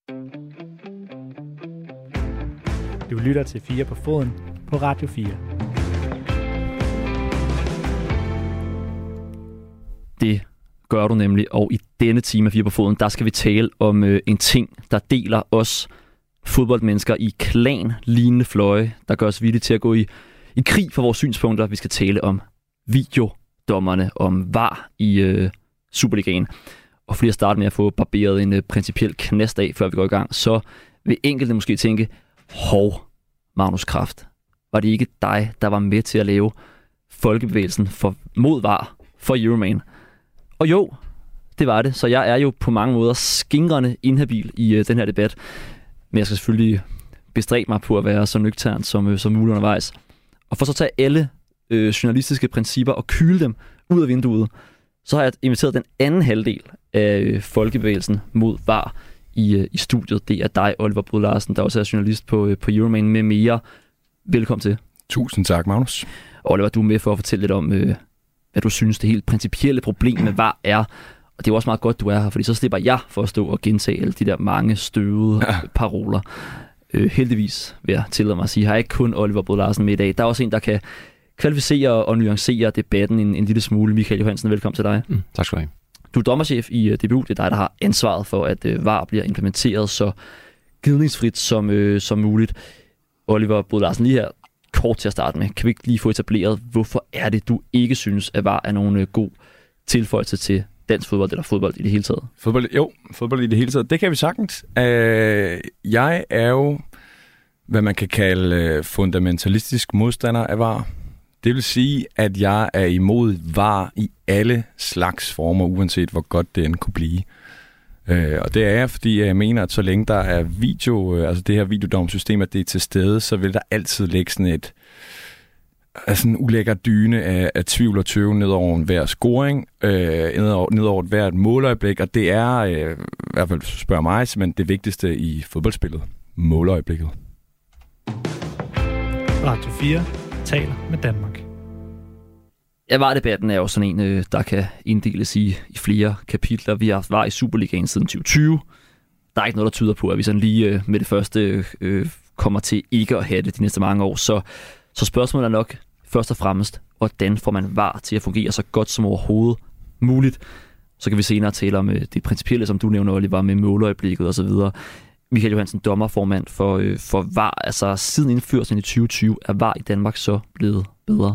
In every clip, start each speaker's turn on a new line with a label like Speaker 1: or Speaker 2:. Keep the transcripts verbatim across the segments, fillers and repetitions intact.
Speaker 1: Du lytter til fire på foden på Radio fire.
Speaker 2: Det gør du nemlig, og i denne time af fire på foden, der skal vi tale om øh, en ting, der deler os fodboldmennesker i klan-lignende fløje, der gør os villige til at gå i, i krig for vores synspunkter. Vi skal tale om videodommerne, om V A R i øh, Superligaen. Og flere starter med at få barberet en øh, principiel knast af, før vi går i gang, så vil enkelte måske tænke, hov, Magnus Kraft, var det ikke dig, der var med til at lave folkebevægelsen for, mod V A R for Euroman? Og jo, det var det, så jeg er jo på mange måder skingrende inhabil i øh, den her debat. Men jeg skal selvfølgelig bestræbe mig på at være så nøgtern som, øh, som muligt undervejs. Og for så at tage alle øh, journalistiske principper og kyle dem ud af vinduet, så har jeg inviteret den anden halvdel af øh, folkebevægelsen mod V A R i, øh, i studiet. Det er dig, Oliver Brud Larsen, der også er journalist på, øh, på Euroman med mere. Velkommen til.
Speaker 3: Tusind tak, Magnus.
Speaker 2: Oliver, du er med for at fortælle lidt om, øh, hvad du synes det helt principielle problem med V A R er. Og det er også meget godt, du er her, fordi så slipper jeg for at stå og gentage alle de der mange støvede ja. paroler. Øh, heldigvis vil jeg tillade mig at sige, har jeg ikke kun Oliver Brud Larsen med i dag. Der er også en, der kan kvalificere og nuancere debatten en, en lille smule. Michael Johansen, velkommen til dig.
Speaker 4: Mm, tak skal du have.
Speaker 2: Du er dommerchef i uh, D B U. Det er dig, der har ansvaret for, at uh, V A R bliver implementeret så gnidningsfrit som, uh, som muligt. Oliver Brud Larsen, lige her kort til at starte med. Kan vi ikke lige få etableret, hvorfor er det, du ikke synes, at V A R er nogen uh, god tilføjelse til dansk fodbold eller fodbold i det hele taget?
Speaker 3: Fodbold, jo, fodbold i det hele taget. Det kan vi sagtens. Uh, jeg er jo, hvad man kan kalde uh, fundamentalistisk modstander af V A R. Det vil sige, at jeg er imod V A R i alle slags former, uanset hvor godt det end kunne blive. Uh, og det er jeg, fordi jeg mener, at så længe der er video, uh, altså det her videodomssystem, at det er til stede, så vil der altid lægge sådan et altså en ulækker dyne af, af tvivl og tøve ned over hver scoring, øh, ned, over, ned over hvert måløjeblik, og det er, øh, i hvert fald spørger mig, men det vigtigste i fodboldspillet, måløjeblikket.
Speaker 1: Radio fire taler med Danmark.
Speaker 2: Ja, V A R-debatten er jo sådan en, der kan inddeles i, i flere kapitler. Vi har haft V A R i Superligaen siden tyve tyve. Der er ikke noget, der tyder på, at vi sådan lige med det første øh, kommer til ikke at have det de næste mange år, så Så spørgsmålet er nok først og fremmest, hvordan får man V A R til at fungere så godt som overhovedet muligt. Så kan vi senere tale om det principielle, som du nævner, Oliver, med måløjeblikket osv. Michael Johansen, dommerformand for, for V A R. Altså siden indførelsen i tyve tyve, er V A R i Danmark så blevet bedre?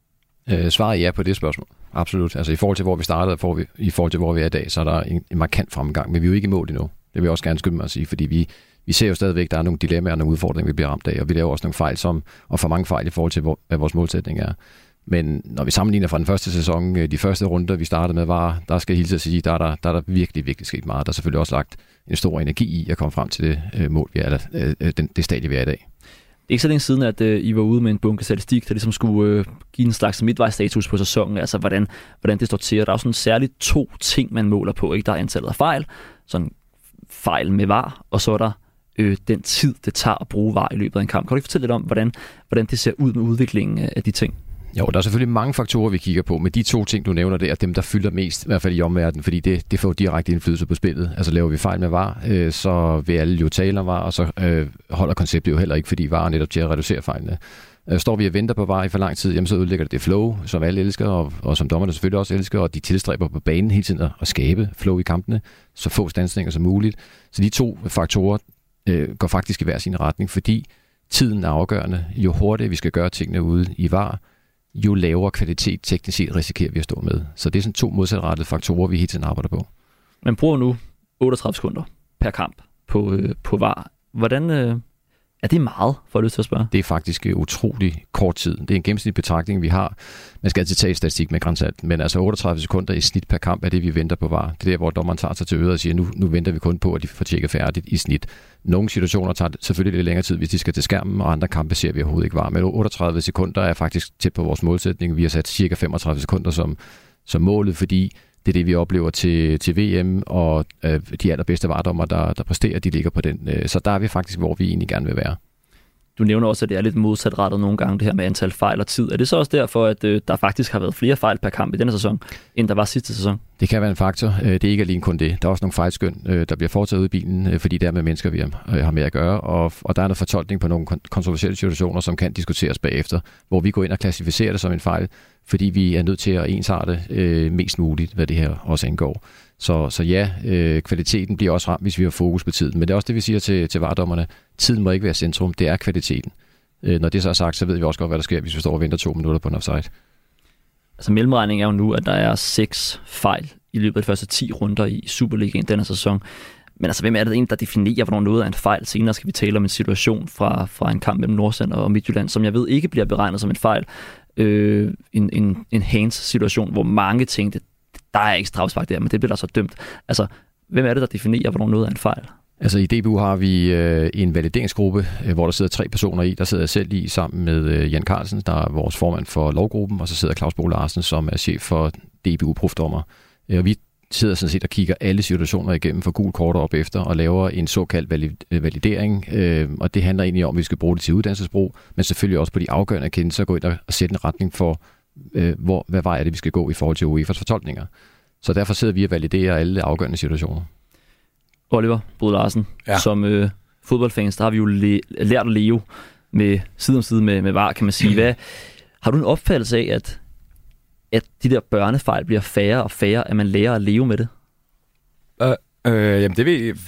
Speaker 4: Øh, svaret er ja på det spørgsmål. Absolut. Altså i forhold til, hvor vi startede, og i forhold til, hvor vi er i dag, så er der en, en markant fremgang. Men vi er jo ikke i mål endnu. Det vil jeg også gerne skynde mig at sige, fordi vi Vi ser jo stadigvæk, at der er nogle dilemmaer og nogle udfordringer, vi bliver ramt af, og vi laver også nogle fejl, som, og for mange fejl i forhold til, hvor, hvad vores målsætning er. Men når vi sammenligner fra den første sæson, de første runder, vi startede med, var, der skal jeg hilse at sige, der er der, der er der virkelig, virkelig sket meget. Der er selvfølgelig også lagt en stor energi i at komme frem til det øh, mål, vi er, eller, øh, den, det stadie, vi er i dag.
Speaker 2: Det er ikke så længe siden, at øh, I var ude med en bunke statistik, der ligesom skulle øh, give en slags midtvejsstatus på sæsonen, altså hvordan, hvordan det står til. Og der er jo sådan særligt to ting, man måler på. Ikke? Der er antallet af fejl, sådan fejl med V A R, og så er der Øh, den tid, det tager at bruge V A R i løbet af en kamp. Kan du ikke fortælle lidt om, hvordan, hvordan det ser ud med udviklingen af de ting?
Speaker 4: Jo, der er selvfølgelig mange faktorer, vi kigger på, men de to ting, du nævner, det er dem, der fylder mest, i hvert fald i omverdenen, fordi det, det får direkte indflydelse på spillet. Altså laver vi fejl med V A R, øh, så vil alle jo tale om V A R, og så øh, holder konceptet jo heller ikke, fordi V A R er netop til at reducere fejlene. Øh, står vi og venter på V A R i for lang tid, jamen så udlægger det det flow, som alle elsker, og, og som dommerne selvfølgelig også elsker, og de tilstræber på banen hele tiden at skabe flow i kampene, så få standsninger som muligt. Så de to faktorer går faktisk i hver sin retning, fordi tiden er afgørende. Jo hurtigere vi skal gøre tingene ude i V A R, jo lavere kvalitet teknisk set risikerer vi at stå med. Så det er sådan to modsatrettede faktorer, vi hele tiden arbejder på.
Speaker 2: Man bruger nu otteogtredive sekunder per kamp på, øh, på V A R. Hvordan øh, er det meget, for at lyst til at spørge?
Speaker 4: Det er faktisk utrolig kort tid. Det er en gennemsnitlig betragtning, vi har. Man skal altid tage statistik med grænsalt, men altså otteogtredive sekunder i snit per kamp er det, vi venter på V A R. Det er der, hvor dommeren tager sig til øret og siger, nu, nu venter vi kun på, at de får tjekket færdigt i snit. Nogle situationer tager det selvfølgelig lidt længere tid, hvis de skal til skærmen, og andre kampe ser vi overhovedet ikke V A R. Men otteogtredive sekunder er faktisk tæt på vores målsætning. Vi har sat cirka femogtredive sekunder som, som målet, fordi det er det, vi oplever til, til V M, og øh, de allerbedste V A R-dommer, der, der præsterer, de ligger på den. Øh, så der er vi faktisk, hvor vi egentlig gerne vil være.
Speaker 2: Du nævner også, at det er lidt modsatrettet nogle gange, det her med antal fejl og tid. Er det så også derfor, at øh, der faktisk har været flere fejl per kamp i denne sæson, end der var sidste sæson?
Speaker 4: Det kan være en faktor. Det er ikke alene kun det. Der er også nogle fejlskøn, der bliver foretaget ude i bilen, fordi det er med mennesker, vi har med at gøre. Og, og der er noget fortolkning på nogle kontroversielle situationer, som kan diskuteres bagefter, hvor vi går ind og klassificerer det som en fejl, fordi vi er nødt til at ensarte øh, mest muligt, hvad det her også angår. Så, så ja, øh, kvaliteten bliver også ramt, hvis vi har fokus på tiden. Men det er også det, vi siger til, til vardommerne. Tiden må ikke være centrum, det er kvaliteten. Øh, når det så er sagt, så ved vi også godt, hvad der sker, hvis vi står og venter to minutter på en offside.
Speaker 2: Altså mellemregningen er jo nu, at der er seks fejl i løbet af de første ti runder i Superligaen denne sæson. Men altså, hvem er det egentlig, der definerer, hvornår noget er en fejl? Senere skal vi tale om en situation fra, fra en kamp mellem Nordsjælland og Midtjylland, som jeg ved ikke bliver beregnet som en fejl. Øh, en, en, en hands-situation, hvor mange tænkte, der er ikke straffespark der, men det bliver der så dømt. Altså, hvem er det, der definerer, hvornår noget er en fejl?
Speaker 4: Altså i D B U har vi øh, en valideringsgruppe, øh, hvor der sidder tre personer i. Der sidder jeg selv i sammen med øh, Jan Carlsen, der er vores formand for lovgruppen, og så sidder Claus Bo Larsen, som er chef for D B U-profdommer. Øh, og vi sidder sådan set og kigger alle situationer igennem for gul kort op efter, og laver en såkaldt valid- validering. Øh, og det handler egentlig om, at vi skal bruge det til uddannelsesbrug, men selvfølgelig også på de afgørende kendelser, gå ind og sætte en retning for, øh, hvor, hvad vej er det, vi skal gå i forhold til UEFA's fortolkninger. Så derfor sidder vi og validerer alle afgørende situationer.
Speaker 2: Oliver Bod Larsen,
Speaker 3: ja.
Speaker 2: som øh, fodboldfans, der har vi jo le- lært at leve med side om side med, med V A R, kan man sige. Hvad, har du en opfattelse af, at, at de der børnefejl bliver færre og færre, at man lærer at leve med det?
Speaker 3: Uh, øh, jamen, det ved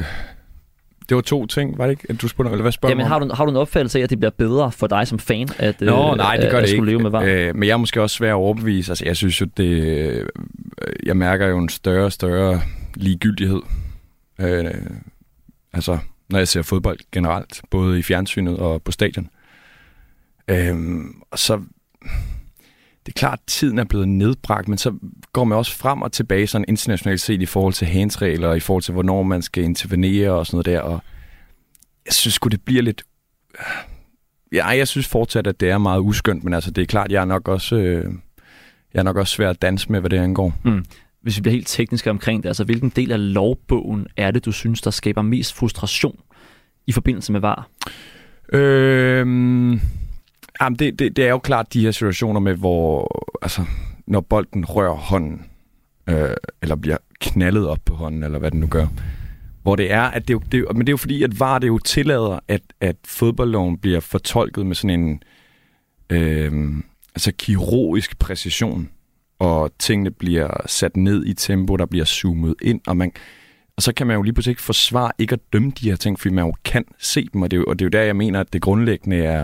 Speaker 3: Det var to ting, var det ikke? At du spurgte, eller hvad spørger
Speaker 2: Jamen, har du, har du en opfattelse af, at det bliver bedre for dig som fan, at,
Speaker 3: Nå, nej, det gør
Speaker 2: at,
Speaker 3: det
Speaker 2: at skulle
Speaker 3: ikke.
Speaker 2: leve med V A R?
Speaker 3: Øh, men jeg er måske også svær at overbevise. Altså, jeg synes jo, det... Jeg mærker jo en større og større ligegyldighed. Øh, altså, når jeg ser fodbold generelt, både i fjernsynet og på stadion. Øh, og så... Det er klart, at tiden er blevet nedbragt, men så går man også frem og tilbage sådan internationalt set i forhold til handsregler, og i forhold til, hvornår man skal intervenere og sådan noget der. Og jeg synes sgu, det bliver lidt... Ja, jeg synes fortsat, at det er meget uskønt, men altså, det er klart, jeg er nok også, øh... jeg er nok også svær at danse med, hvad det angår.
Speaker 2: Mm. Hvis vi bliver helt tekniske omkring det, altså hvilken del af lovbogen er det, du synes, der skaber mest frustration i forbindelse med V A R?
Speaker 3: Øh... Jamen, det, det, det er jo klart de her situationer med, hvor altså, når bolden rører hånden, øh, eller bliver knaldet op på hånden, eller hvad den nu gør, hvor det er, at det jo, det, men det er jo fordi, at V A R det jo tillader, at, at fodboldloven bliver fortolket med sådan en øh, altså kirurgisk præcision, og tingene bliver sat ned i tempo, der bliver zoomet ind, og man og så kan man jo lige pludselig ikke forsvare ikke at dømme de her ting, fordi man jo kan se dem, og det er jo, og det er jo der, jeg mener, at det grundlæggende er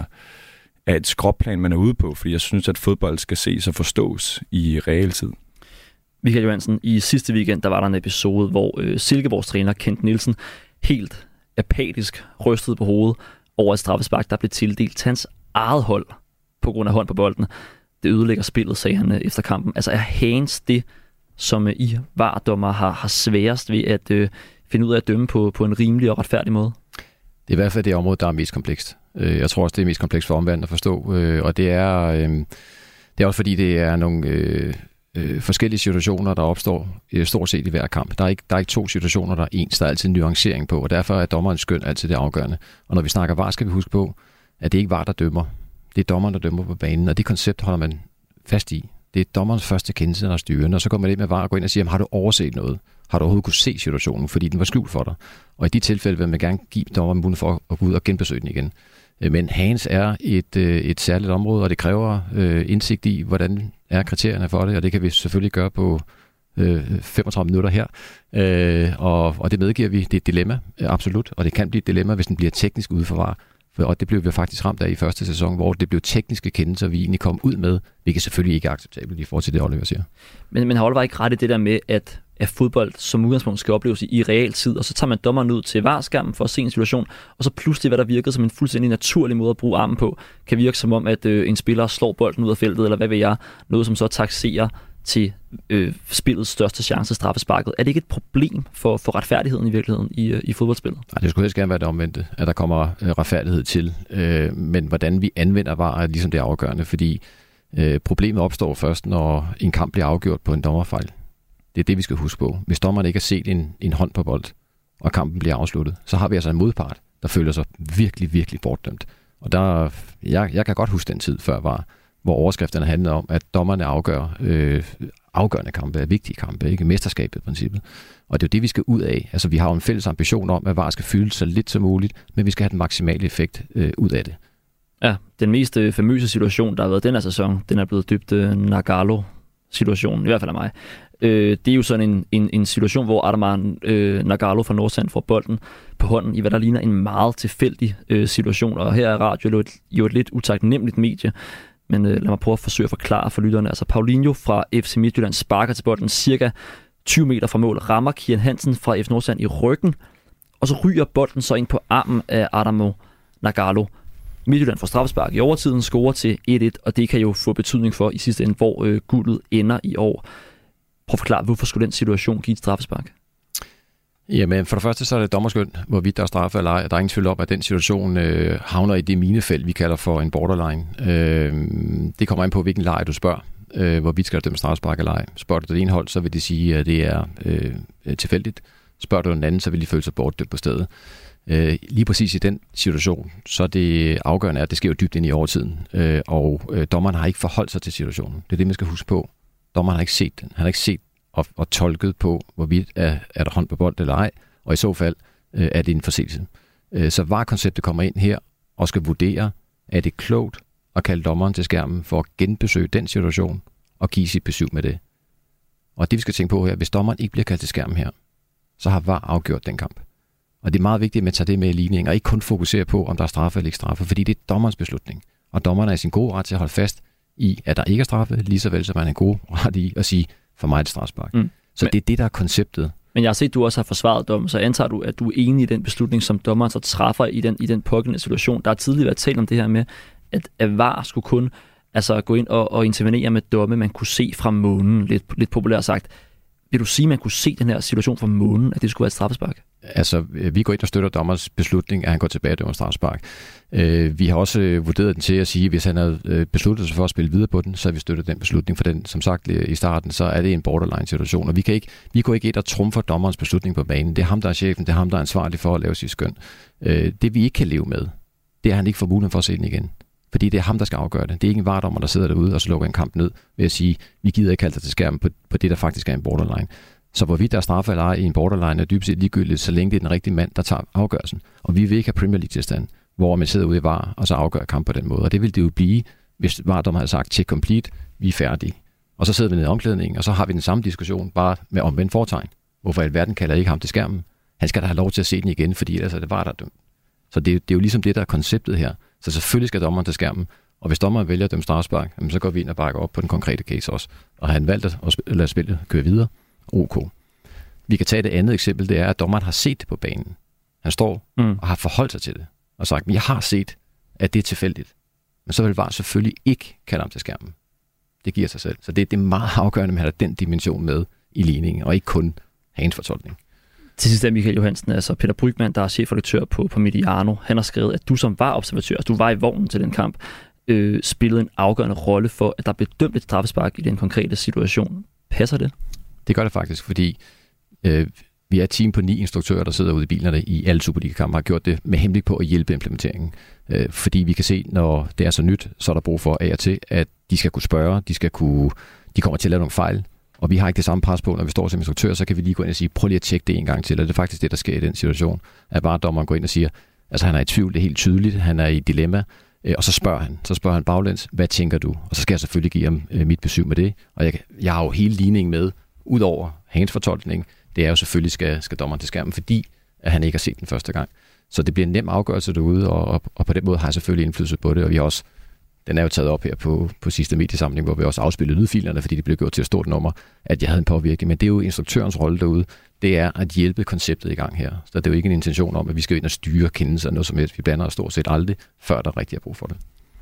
Speaker 3: er et skråplan, man er ude på, fordi jeg synes, at fodbold skal ses og forstås i realtid.
Speaker 2: Michael Johansen, i sidste weekend, der var der en episode, hvor øh, Silkeborgs træner Kent Nielsen helt apatisk rystede på hovedet over et straffespark, der blev tildelt til hans eget hold på grund af hånd på bolden. Det ødelægger spillet, sagde han øh, efter kampen. Altså er hands det, som øh, I V A R-dommer har, har sværest ved at øh, finde ud af at dømme på, på en rimelig og retfærdig måde?
Speaker 4: Det er i hvert fald det område, der er mest komplekst. Jeg tror også, det er mest komplekst for omverdenen at forstå, og det er, øh, det er også fordi, det er nogle øh, øh, forskellige situationer, der opstår øh, stort set i hver kamp. Der er, ikke, der er ikke to situationer, der er ens, der er altid en nuancering på, og derfor er dommerens skøn altid det afgørende. Og når vi snakker V A R, skal vi huske på, at det ikke V A R, der dømmer. Det er dommeren, der dømmer på banen, og det koncept holder man fast i. Det er dommerens første kendelse, der er styrende, og så går man ind med V A R og går ind og siger, har du overset noget? Har du overhovedet kunne se situationen, fordi den var skjult for dig? Og i de tilfælde vil man gerne give dommeren mulighed for at gå ud og genbesøge den igen. Men hands er et, et særligt område, og det kræver øh, indsigt i, hvordan er kriterierne for det, og det kan vi selvfølgelig gøre på øh, femogtredive minutter her. Øh, og, og det medgiver vi, det er et dilemma, absolut, og det kan blive et dilemma, hvis den bliver teknisk ude for V A R. Og det blev vi faktisk ramt af i første sæson, hvor det blev tekniske kendelser, vi egentlig kom ud med, hvilket selvfølgelig ikke er acceptabelt i forhold til det, Oliver siger. Men,
Speaker 2: men har Oliver ikke ret i det der med, at at fodbold som udgangspunkt skal opleves i, i real tid, og så tager man dommeren ud til V A R-skærmen for at se en situation, og så pludselig, hvad der virkede som en fuldstændig naturlig måde at bruge armen på, kan virke som om, at øh, en spiller slår bolden ud af feltet, eller hvad ved jeg, noget som så taxerer til øh, spillets største chance, straffesparket. Er det ikke et problem for, for retfærdigheden i virkeligheden i, øh, i fodboldspillet?
Speaker 4: Nej, det skulle helst gerne være det omvendte, at der kommer øh, retfærdighed til, øh, men hvordan vi anvender V A R er ligesom det afgørende, fordi øh, problemet opstår først, når en kamp bliver afgjort på en dommerfejl. Det er det, vi skal huske på. Hvis dommeren ikke har set en, en hånd på bold, og kampen bliver afsluttet, så har vi altså en modpart, der føler sig virkelig, virkelig bortdømt. Og der, jeg, jeg kan godt huske den tid før var, hvor overskrifterne handlede om, at dommerne afgør øh, afgørende kampe, vigtige kampe, ikke mesterskabet i princippet. Og det er jo det, vi skal ud af. Altså, vi har jo en fælles ambition om, at V A R skal fylde så lidt som muligt, men vi skal have den maksimale effekt øh, ud af det.
Speaker 2: Ja, den mest øh, famøse situation, der har været den her sæson, den er blevet dybt øh, Nagalo-situationen, i hvert fald af mig. Øh, det er jo sådan en, en, en situation, hvor Adamar øh, Nagalo fra Nordsjælland får bolden på hånden i hvad der ligner en meget tilfældig øh, situation. Og her er radio jo et, jo et lidt utaknemmeligt medie, men øh, lad mig prøve at forsøge at forklare for lytterne. Altså Paulinho fra F C Midtjylland sparker til bolden cirka tyve meter fra mål, rammer Kian Hansen fra F C Nordsjælland i ryggen, og så ryger bolden så ind på armen af Adamar Nagalo. Midtjylland får straffespark i overtiden, scorer til et et, og det kan jo få betydning for i sidste ende, hvor øh, guldet ender i år. Prøv at forklare, hvorfor skulle den situation give et straffespark?
Speaker 4: Jamen, for det første så er det dommerskøn, hvorvidt der er straffe eller ej. Der er ingen tvivl om, at den situation øh, havner i det minefelt, vi kalder for en borderline. Øh, det kommer an på, hvilken leg du spørger, øh, hvorvidt skal der dømme straffespark eller ej. Spørger du det ene hold, så vil de sige, at det er øh, tilfældigt. Spørger du den anden, så vil de føle sig bortdømt på stedet. Øh, lige præcis i den situation, så er det afgørende, at det sker jo dybt ind i overtiden. Øh, og øh, dommeren har ikke forholdt sig til situationen. Det er det, man skal huske på. Dommeren har ikke set den. Han har ikke set og, og tolket på, hvorvidt er, er der hånd på bold eller ej, og i så fald øh, er det en forseelse. Øh, så V A R-konceptet kommer ind her og skal vurdere, er det klogt at kalde dommeren til skærmen for at genbesøge den situation og give sit besøg med det. Og det vi skal tænke på her, hvis dommeren ikke bliver kaldt til skærmen her, så har V A R afgjort den kamp. Og det er meget vigtigt, at man tager det med i ligningen, og ikke kun fokusere på, om der er straffe eller ikke straffe, fordi det er dommerens beslutning. Og dommeren er i sin gode ret til at holde fast i, at der ikke er straffe, lige så vel som man er god ret i at sige, for mig er det straffespark. Mm. Så men, det er det, der er konceptet. Men
Speaker 2: jeg har set, at du også har forsvaret dommen, så antager du, at du er enig i den beslutning, som dommeren så træffer i den, i den pågældende situation. Der har tidligere været talt om det her med, at, at V A R skulle kun altså, gå ind og, og intervenere med domme, man kunne se fra månen, lidt, lidt populært sagt. Vil du sige, at man kunne se den her situation fra månen, at det skulle være et straffespark?
Speaker 4: Altså, vi går ind og støtter dommers beslutning, at han går tilbage og dømmer straffespark. Vi har også vurderet den til at sige, at hvis han havde besluttet sig for at spille videre på den, så har vi støttet den beslutning. For den, som sagt i starten, så er det en borderline-situation. Og vi, kan ikke, vi går ikke ind og trumfer dommerens beslutning på banen. Det er ham, der er chefen. Det er ham, der er ansvarlig for at lave sit skøn. Det vi ikke kan leve med, det er, at han ikke får muligheden for at se den igen. Fordi det er ham, der skal afgøre det. Det er ikke en V A R-dommer, der sidder derude og så lukker en kamp ned ved at sige, vi gider ikke kalde dig til skærmen på, på det, der faktisk er en borderline. Så hvorvidt der er straffe eller ej i en borderline er dybest set ligegyldigt, så længe det er den rigtige mand, der tager afgørelsen. Og vi vil ikke have Premier League-tilstand, hvor man sidder ude i V A R og så afgør kamp på den måde. Og det vil det jo blive, hvis V A R-dommer havde sagt, check complete, vi er færdige. Og så sidder vi nede i omklædningen, og så har vi den samme diskussion, bare med omvendt fortegn. Hvorfor i alverden kalder ikke ham til skærmen? Han skal da have lov til at se den igen, fordi ellers er det V A R, der er dømt. Så det, det er jo ligesom det, der er konceptet her. Så selvfølgelig skal dommeren til skærmen. Og hvis dommeren vælger at dømme straffespark, så går vi ind og bakker op på den konkrete case også. Og han valgt at lade spillet køre videre. OK. Vi kan tage det andet eksempel, det er, at dommeren har set det på banen. Han står mm. og har forholdt sig til det, og sagt, jeg har set, at det er tilfældigt. Men så vil V A R selvfølgelig ikke kalde ham til skærmen. Det giver sig selv. Så det, det er meget afgørende, at man har den dimension med i ligningen, og ikke kun hans fortolkning.
Speaker 2: Til sidst er Michael Johansen, altså Peter Brygmann, der er chefredaktør på, på Mediano. Han har skrevet, at du som var observatør, altså du var i vognen til den kamp, øh, spillede en afgørende rolle for, at der blev dømt et straffespark i den konkrete situation. Passer det?
Speaker 4: Det gør det faktisk, fordi øh, vi er et team på ni instruktører, der sidder ude i bilerne i alle Superliga-kampe, har gjort det med henblik på at hjælpe implementeringen. Øh, fordi vi kan se, når det er så nyt, så er der brug for af og til, at de skal kunne spørge, de skal kunne, de kommer til at lave nogle fejl, og vi har ikke det samme pres på, når vi står som instruktør, så kan vi lige gå ind og sige, prøv lige at tjekke det en gang til, og det er faktisk det, der sker i den situation, at bare dommeren går ind og siger, altså han er i tvivl, det er helt tydeligt, han er i dilemma, og så spørger han, så spørger han baglæns, hvad tænker du? Og så skal jeg selvfølgelig give ham mit besøg med det, og jeg, jeg har jo hele ligningen med, ud over hans fortolkning, det er jo selvfølgelig, skal, skal dommeren til skærmen, fordi at han ikke har set den første gang. Så det bliver en nem afgørelse derude, og, og, og på den måde har jeg selvfølgelig indflydelse på det, og vi har også, den er jo taget op her på, på sidste mediesamling, hvor vi også afspillede lydfilerne, fordi det blev gjort til et stort nummer, at jeg havde en påvirkning. Men det er jo instruktørens rolle derude, det er at hjælpe konceptet i gang her. Så det er jo ikke en intention om, at vi skal ind og styre kendelser noget som helst. Vi blander os stort set aldrig, før der rigtig er brug for det.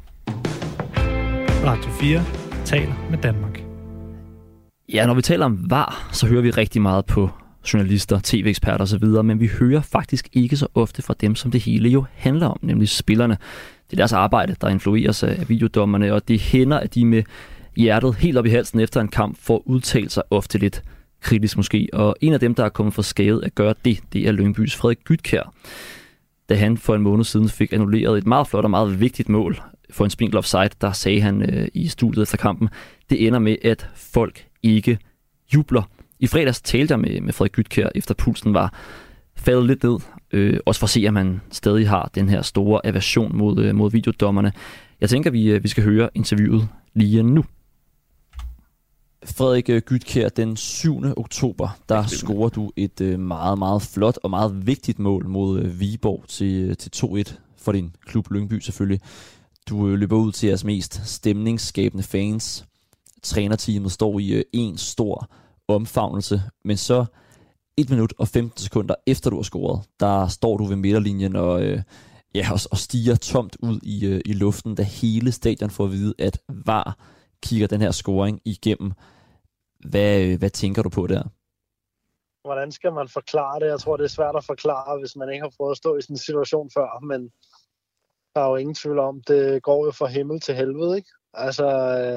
Speaker 1: Radio fire taler med Danmark.
Speaker 2: Ja, når vi taler om V A R, så hører vi rigtig meget på journalister, tv-eksperter osv., men vi hører faktisk ikke så ofte fra dem, som det hele jo handler om, nemlig spillerne. Det er deres arbejde, der influeres af videodommerne, og det hænder, at de med hjertet helt op i halsen efter en kamp får udtalt sig ofte lidt kritisk måske. Og en af dem, der er kommet for skade at gøre det, det er Lyngbys Frederik Gytkjær. da han for en måned siden fik annulleret et meget flot og meget vigtigt mål for en spinkel offside, der sagde han øh, i studiet efter kampen, det ender med, at folk ikke jubler. I fredags talte jeg med, med Frederik Gytkjær, efter pulsen var faldet lidt ned, øh, også for at se, at man stadig har den her store aversion mod, øh, mod videodommerne. Jeg tænker, vi, øh, vi skal høre interviewet lige nu. Frederik Gytkjær, den syvende oktober, der scorer du et øh, meget, meget flot og meget vigtigt mål mod øh, Viborg til, til to et for din klub Lyngby selvfølgelig. Du øh, løber ud til jeres mest stemningsskabende fans. Trænerteamet står i øh, en stor omfavnelse, men så et minut og femten sekunder efter du har scoret, der står du ved midterlinjen og, øh, ja, og, og stiger tomt ud i, øh, i luften, da hele stadion får at vide, at V A R kigger den her scoring igennem. Hvad, hvad tænker du på der?
Speaker 5: Hvordan skal man forklare det? Jeg tror, det er svært at forklare, hvis man ikke har prøvet at stå i sådan en situation før, men der er jo ingen tvivl om, det går jo fra himmel til helvede, ikke? Altså, øh,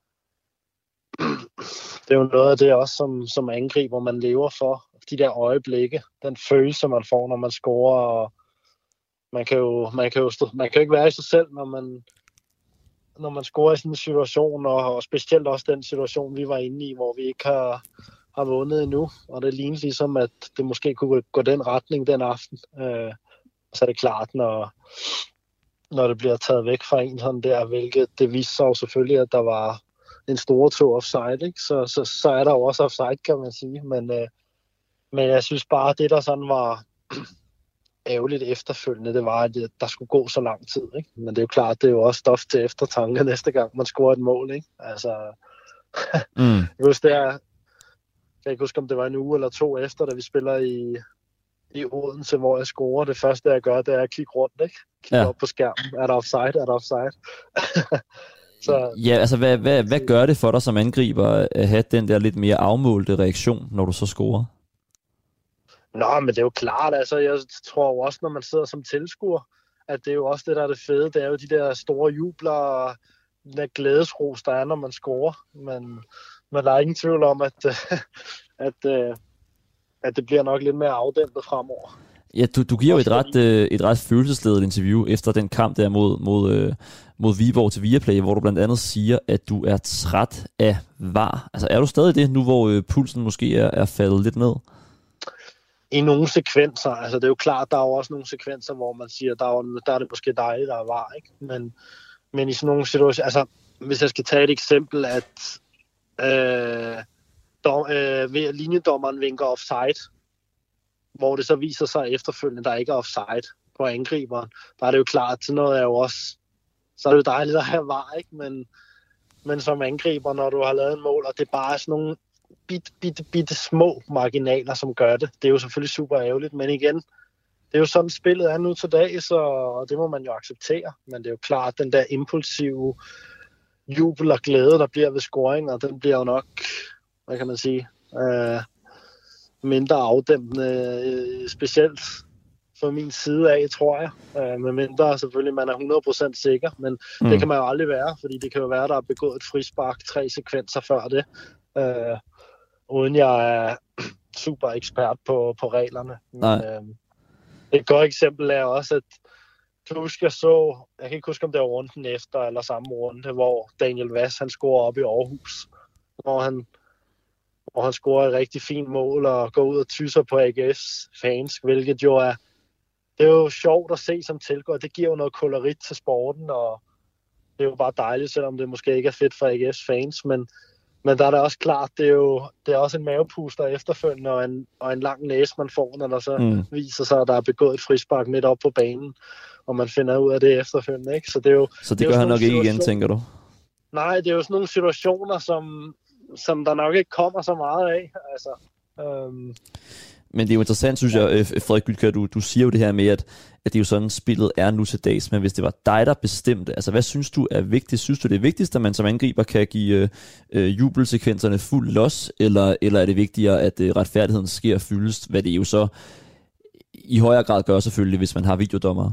Speaker 5: det er jo noget af det også, som, som angriber, man lever for. De der øjeblikke, den følelse, man får, når man scorer, og man kan jo, man kan jo, stå, man kan jo ikke være i sig selv, når man når man scorer i sådan en situation, og, og specielt også den situation, vi var inde i, hvor vi ikke har, har vundet endnu. Og det ligner ligesom, at det måske kunne gå den retning den aften. Øh, så er det klart, når, når det bliver taget væk fra en sådan der, hvilket det viste sig jo selvfølgelig, at der var en store to offside, ikke? Så, så, så er der jo også offside, kan man sige. Men, øh, men jeg synes bare, det der sådan var ærgerligt efterfølgende, det var, at der skulle gå så lang tid, ikke? Men det er jo klart, det er jo også stof til eftertanke næste gang, man scorer et mål, ikke? Altså, mm. jeg husker, det er, jeg kan ikke huske, om det var en uge eller to efter, da vi spiller i, i Odense, hvor jeg scorer. Det første, jeg gør, det er at kigge rundt, ikke? Kigge ja. op på skærmen. Er der offside? Er der offside?
Speaker 2: Så, ja, altså, hvad, hvad, hvad gør det for dig som angriber at have den der lidt mere afmålte reaktion, når du så scorer?
Speaker 5: Nå, men det er jo klart, altså jeg tror jo også, når man sidder som tilskuer, at det er jo også det, der er det fede. Det er jo de der store jubler og den der glædesros, der er, når man scorer. Men, men der er ingen tvivl om, at, at, at, at det bliver nok lidt mere afdæmpet fremover.
Speaker 2: Ja, du, du giver jo et ret, et ret følelsesladet interview efter den kamp der mod, mod, mod Viborg til Viaplay, hvor du blandt andet siger, at du er træt af V A R. Altså er du stadig det, nu hvor pulsen måske er, er faldet lidt ned?
Speaker 5: I nogle sekvenser, altså det er jo klart, der er jo også nogle sekvenser, hvor man siger, der er, der er det måske dig, der er V A R, ikke? Men, men i sådan nogle situationer, altså hvis jeg skal tage et eksempel, at øh, dom, øh, linjedommeren vinker offside, hvor det så viser sig efterfølgende, der ikke er offside på angriberen, der er det jo klart, til noget er jo også, så er det jo dejligt at have V A R, ikke? Men, men som angriber, når du har lavet en mål, og det er bare sådan nogle bitte, bitte, bitte små marginaler, som gør det. Det er jo selvfølgelig super ærgerligt, men igen, det er jo sådan, spillet er nu til dag, så det må man jo acceptere. Men det er jo klart, den der impulsive jubel og glæde, der bliver ved scoringer, den bliver jo nok, hvad kan man sige, øh, mindre afdæmpende, øh, specielt fra min side af, tror jeg. Øh, med mindre selvfølgelig, man er hundrede procent sikker, men mm. det kan man jo aldrig være, fordi det kan jo være, der er begået et frispark tre sekvenser før det. Øh, uden jeg er super ekspert på, på reglerne. Men, øh, et godt eksempel er også, at jeg husker, jeg så, jeg kan ikke huske, om det var runden efter eller samme runde, hvor Daniel Vass, han scorer op i Aarhus, hvor han, hvor han scorer et rigtig fint mål og går ud og tysser på A G F's fans, hvilket jo er, det er jo sjovt at se som tilgår. Det giver jo noget kolorit til sporten, og det er jo bare dejligt, selvom det måske ikke er fedt for A G F's fans, men Men der er det også klart, det er jo det er også en mavepuster efterfølgende, og en, og en lang næse, man får, når der så mm. viser sig, at der er begået et frispark midt op på banen, og man finder ud af det efterfølgende, ikke? Så det, er jo,
Speaker 2: så det,
Speaker 5: det
Speaker 2: gør han nok ikke igen, tænker du?
Speaker 5: Nej, det er jo sådan nogle situationer, som, som der nok ikke kommer så meget af. Altså, øhm.
Speaker 2: Men det er jo interessant, synes jeg, Frederik Gytkjær, du, du siger jo det her med, at, at det er jo sådan, spillet er nu til dags, men hvis det var dig, der bestemte, altså hvad synes du er vigtigt? Synes du det er vigtigst, at man som angriber kan give øh, jubelsekvenserne fuld los, eller, eller er det vigtigere, at øh, retfærdigheden sker fyldest, hvad det jo så i højere grad gør selvfølgelig, hvis man har videodommere?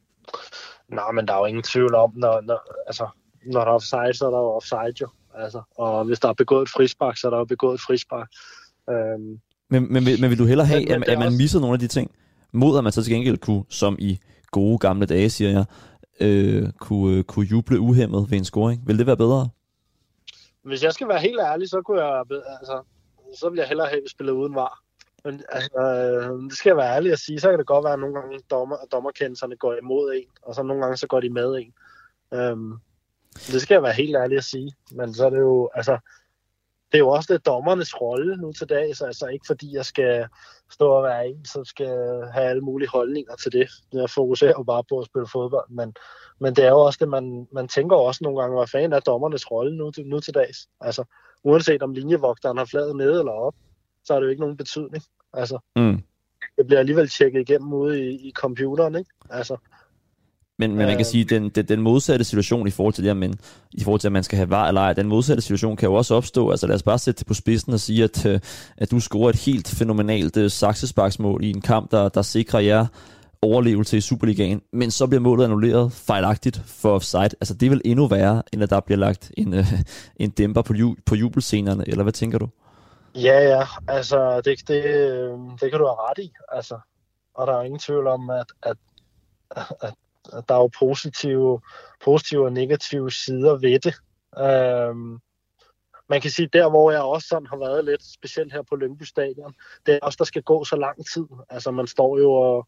Speaker 5: Nej, men der er jo ingen tvivl om, når, når, altså, når der er offside, så er der jo offside jo. Altså, og hvis der er begået et frispark, så er der jo begået et frispark. Øhm.
Speaker 2: Men, men, men vil du hellere have, men, men at, at man også misser nogle af de ting, mod at man så til gengæld kunne, som i gode gamle dage, siger jeg, øh, kunne, øh, kunne juble uhæmmet ved en scoring. Vil det være bedre?
Speaker 5: Hvis jeg skal være helt ærlig, så kunne jeg, altså, så vil jeg hellere have spillet uden V A R. Men altså, øh, det skal jeg være ærlig at sige, så kan det godt være, at nogle gange dommer, dommerkendelserne går imod en, og så nogle gange så går de med en. Øhm, det skal jeg være helt ærlig at sige. Men så er det jo, altså, det er jo også det dommernes rolle nu til dag, så altså ikke fordi jeg skal stå og være en, så skal have alle mulige holdninger til det. Jeg fokuserer jo bare på at spille fodbold, men, men det er jo også det, man, man tænker også nogle gange, hvad fanden er dommernes rolle nu til, nu til dags. Altså, uanset om linjevogteren har flaget ned eller op, så har det jo ikke nogen betydning. Altså, mm. det bliver alligevel tjekket igennem ude i, i computeren, ikke? Altså,
Speaker 2: men, men man kan sige, at den, den, den modsatte situation i forhold til det, men i forhold til, at man skal have V A R eller ej, den modsatte situation kan jo også opstå. Altså lad os bare sætte det på spidsen og sige, at, at du scorer et helt fænomenalt uh, saksesparksmål i en kamp, der, der sikrer jer overlevelse i Superligaen, men så bliver målet annulleret fejlagtigt for offside. Altså det er vel endnu værre, end at der bliver lagt en, uh, en dæmper på, ju, på jubelscenerne, eller hvad tænker du?
Speaker 5: Ja, ja, altså det, det, det kan du have ret i, altså. Og der er ingen tvivl om, at, at, at, at der er jo positive, positive og negative sider ved det. Øhm, man kan sige, der hvor jeg også sådan har været lidt, specielt her på Lyngby Stadion, det er også, der skal gå så lang tid. Altså man står jo og,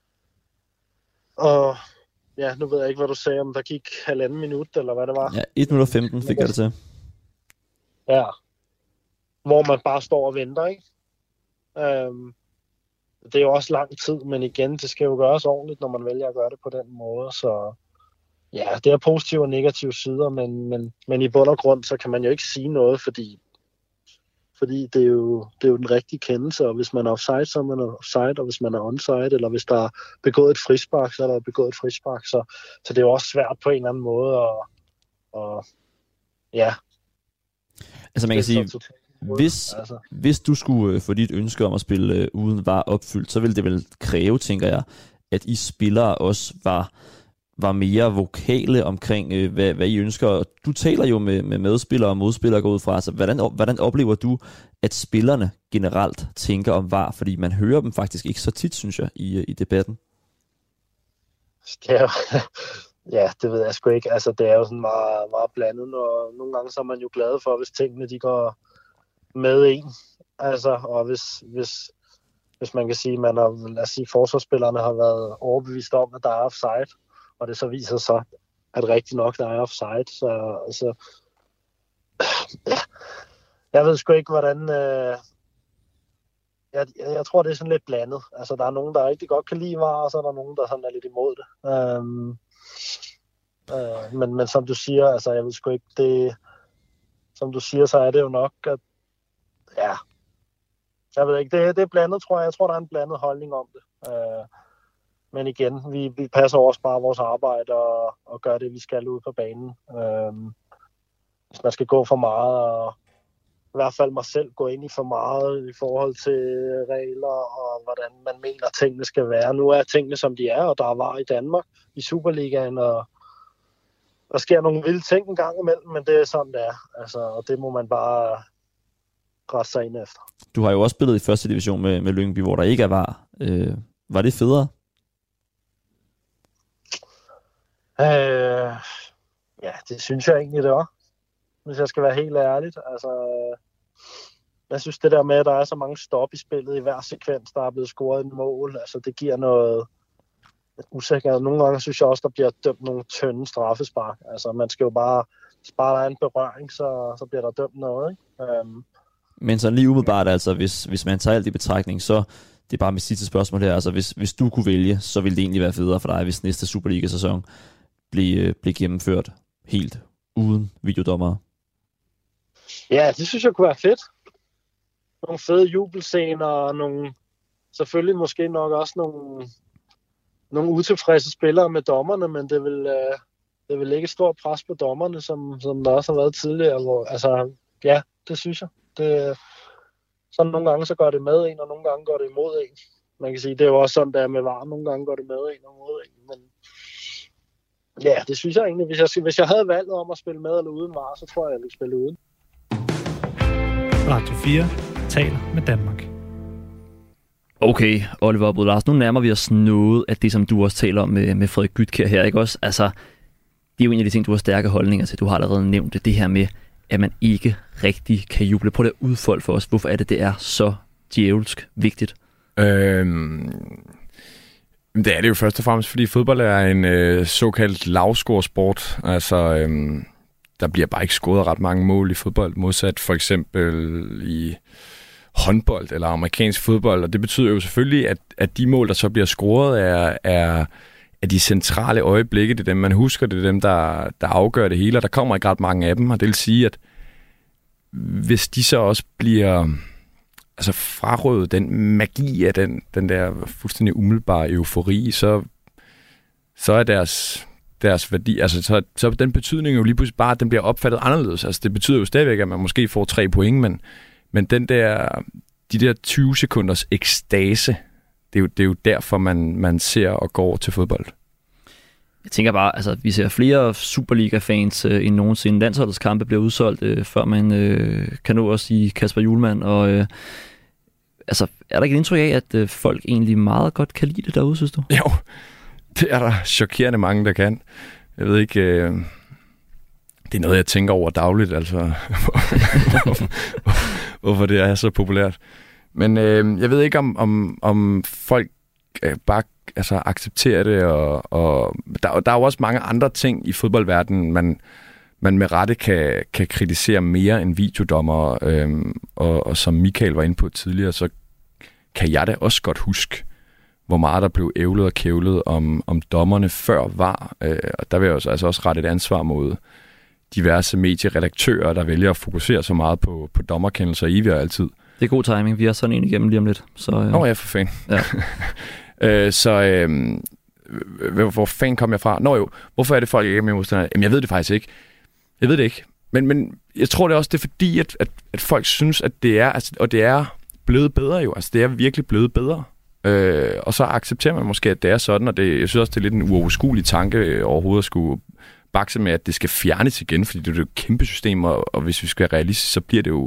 Speaker 5: og ja, nu ved jeg ikke, hvad du sagde, om der gik halvanden minut, eller hvad det var.
Speaker 2: Ja, et minut og femten fik jeg det til.
Speaker 5: Ja. Hvor man bare står og venter, ikke? Øhm, det er jo også lang tid, men igen, det skal jo gøres ordentligt, når man vælger at gøre det på den måde, så ja, det er positive og negative sider, men, men, men i bund og grund, så kan man jo ikke sige noget, fordi, fordi det, er jo, det er jo den rigtige kendelse, og hvis man er offside, så er man offside, og hvis man er onside, eller hvis der er begået et frispark, så er der begået et frispark, så, så det er jo også svært på en eller anden måde, og, og ja.
Speaker 2: Altså man kan sige, Hvis, altså. hvis du skulle få dit ønske om at spille øh, uden V A R opfyldt, så ville det vel kræve, tænker jeg, at I spillere også var, var mere vokale omkring, øh, hvad, hvad I ønsker. Du taler jo med, med medspillere og modspillere går ud fra. Altså, hvordan, hvordan oplever du, at spillerne generelt tænker om V A R? Fordi man hører dem faktisk ikke så tit, synes jeg, i, i debatten.
Speaker 5: Ja, ja, det ved jeg sgu ikke. Altså, det er jo sådan meget, meget blandet, og nogle gange så er man jo glad for, hvis tingene de går med en, altså, og hvis, hvis, hvis man kan sige, man har, lad os sige, forsvarsspillerne har været overbevist om, at der er offside, og det så viser sig, at rigtig nok der er offside, så altså, ja, jeg ved sgu ikke, hvordan, øh, jeg, jeg tror, det er sådan lidt blandet, altså, der er nogen, der rigtig godt kan lide V A R, og så er der nogen, der sådan er lidt imod det, øhm, øh, men, men som du siger, altså, jeg ved sgu ikke, det, som du siger, så er det jo nok, at ja, jeg ved ikke, det, det er blandet, tror jeg. Jeg tror, der er en blandet holdning om det. Øh, men igen, vi, vi passer også bare vores arbejde og, og gør det, vi skal ud på banen. Øh, hvis man skal gå for meget, og i hvert fald mig selv gå ind i for meget i forhold til regler og hvordan man mener, tingene skal være. Nu er tingene, som de er, og der er V A R i Danmark i Superligaen, og der sker nogle vilde ting en gang imellem, men det er sådan, det er. Altså, og det må man bare rette sig ind efter. Du
Speaker 2: har jo også spillet i første division med, med Lyngby, hvor der ikke er V A R. Øh, var det federe?
Speaker 5: Øh, ja, det synes jeg egentlig, det var. Hvis jeg skal være helt ærligt. Altså, jeg synes det der med, at der er så mange stop i spillet i hver sekvens, der er blevet scoret en mål, altså det giver noget usikkerhed. Nogle gange synes jeg også, der bliver dømt nogle tynde straffespark. Altså man skal jo bare, bare der er en berøring, så, så bliver der dømt noget, ikke? Um,
Speaker 2: Men sådan lige umiddelbart, altså hvis, hvis man tager alt i betragtning, så det er bare mit sidste spørgsmål her. Altså hvis, hvis du kunne vælge, så ville det egentlig være federe for dig, hvis næste Superliga-sæson blev, blev gennemført helt uden videodommere.
Speaker 5: Ja, det synes jeg kunne være fedt. Nogle fede jubelscener, og nogle, selvfølgelig måske nok også nogle, nogle utilfredse spillere med dommerne, men det vil, øh, det vil lægge et stort pres på dommerne, som, som der også har været tidligere. Hvor, altså, ja, det synes jeg. Det, sådan nogle gange så går det med en, og nogle gange går det imod en. Man kan sige, det er jo også sådan, der med V A R. Nogle gange går det med en og mod en. Men ja, det synes jeg egentlig. Hvis jeg, hvis jeg havde valget om at spille med eller uden V A R, så tror jeg, jeg ville spille uden.
Speaker 1: Radio fire taler med Danmark.
Speaker 2: Okay, Oliver Brød Larsen, nu nærmer vi os noget af det, som du også taler om med, med Frederik Gytkjær her, ikke også? Altså, det er jo en af de ting, du har stærke holdninger til. Du har allerede nævnt det, det her med, at man ikke rigtig kan juble. Prøv at udfolde for os. Hvorfor er det, det er så djævelsk vigtigt?
Speaker 3: Øhm, det er det jo først og fremmest, fordi fodbold er en øh, såkaldt lavscoresport. Altså, øhm, der bliver bare ikke scoret ret mange mål i fodbold, modsat for eksempel i håndbold eller amerikansk fodbold. Og det betyder jo selvfølgelig, at, at de mål, der så bliver scoret, er, er, er de centrale øjeblikke. Det er dem, man husker. Det er dem, der, der afgør det hele. Og der kommer ikke ret mange af dem. Og det vil sige, at hvis de så også bliver altså frarøvet den magi af den, den der fuldstændig umiddelbare eufori, så, så er deres, deres værdi, altså så, så den betydning jo lige pludselig bare, at den bliver opfattet anderledes. Altså det betyder jo stadigvæk, at man måske får tre point, men, men den der, de der tyve sekunders ekstase, det er jo, det er jo derfor, man, man ser og går til fodbold.
Speaker 2: Jeg tænker bare, altså vi ser flere Superliga-fans øh, end nogensinde. Landsholdets kampe bliver udsolgt, øh, før man øh, kan nå os i Kasper Hjulmand. Og øh, altså, er der ikke et indtryk af, at øh, folk egentlig meget godt kan lide det derude, synes du?
Speaker 3: Jo, det er der chokerende mange, der kan. Jeg ved ikke, øh, det er noget, jeg tænker over dagligt, altså hvorfor, hvorfor det er så populært. Men øh, jeg ved ikke, om, om, om folk øh, bare altså acceptere det, og, og der, der er jo også mange andre ting i fodboldverdenen, man, man med rette kan, kan kritisere mere end videodommer, øhm, og, og som Michael var inde på tidligere, så kan jeg da også godt huske, hvor meget der blev ævlet og kævlet om, om dommerne før var. Øh, og der vil jeg også, altså også rette et ansvar mod diverse medieredaktører, der vælger at fokusere så meget på, på dommerkendelser evigt og altid.
Speaker 2: Det er god timing. Vi er sådan en igennem lige om lidt. Så, øh...
Speaker 3: Nå ja, for fan.
Speaker 2: Ja.
Speaker 3: Øh, så øh, hvor fanden kom jeg fra? Nå jo, hvorfor er det folk ikke med modstandere? Jamen jeg ved det faktisk ikke. Jeg ved det ikke. Men, men jeg tror det også, det er fordi, at, at, at folk synes, at det er, altså, og det er blevet bedre jo. Altså det er virkelig blevet bedre. Øh, og så accepterer man måske, at det er sådan, og det, jeg synes også, det er lidt en uoverskuelig tanke øh, overhovedet at skulle bakse med, at det skal fjernes igen, fordi det er jo et kæmpe system, og, og hvis vi skal være realistiske, så bliver det jo,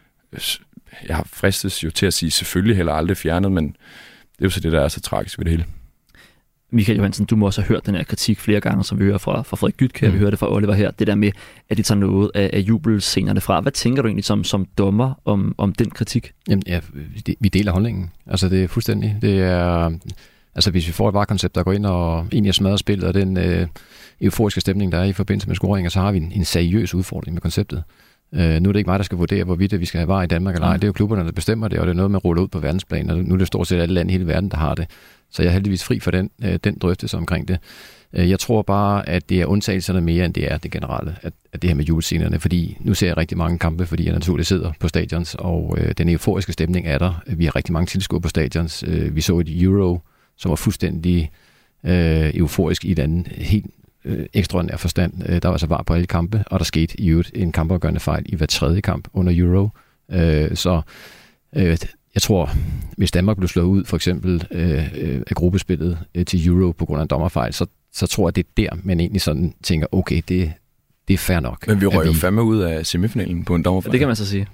Speaker 3: jeg har fristet jo til at sige, selvfølgelig heller aldrig fjernet, men det er jo så det, der er så tragisk ved det hele.
Speaker 2: Michael Johansen, du må også have hørt den her kritik flere gange, som vi hører fra, fra Frederik Gytkjær, mm. vi hører det fra Oliver her, det der med, at de tager noget af, af jubelscenerne fra. Hvad tænker du egentlig som, som dommer om, om den kritik?
Speaker 4: Jamen, ja, vi deler holdningen. Altså, det er fuldstændig. Det er, altså, hvis vi får et varekoncept, der går ind og egentlig smadrer spillet, og den øh, euforiske stemning, der er i forbindelse med scoringer, så har vi en, en seriøs udfordring med konceptet. Uh, nu er det ikke mig, der skal vurdere, hvorvidt vi skal have var i Danmark eller ej. Det er jo klubberne, der bestemmer det, og det er noget, man ruller ud på verdensplan, og nu er det stort set alle lande i hele verden, der har det. Så jeg er heldigvis fri for den, uh, den drøftelse omkring det. Uh, jeg tror bare, at det er undtagelserne mere, end det er det generelle, at, at det her med julescenerne, fordi nu ser jeg rigtig mange kampe, fordi jeg naturligt sidder på stadions, og uh, den euforiske stemning er der. Vi har rigtig mange tilskuere på stadions. Uh, vi så et Euro, som var fuldstændig uh, euforisk i et andet helt Øh, ekstraordinær forstand. Øh, der var altså var på alle kampe, og der skete i øvrigt en kampafgørende fejl i hver tredje kamp under Euro. Øh, så øh, jeg tror, hvis Danmark blev slået ud for eksempel øh, øh, af gruppespillet øh, til Euro på grund af en dommerfejl, så, så tror jeg, det er der, man egentlig sådan tænker, okay, det, det er fair nok.
Speaker 3: Men vi røg jo fandme ud af semifinalen på en dommerfejl.
Speaker 2: Det kan man så sige.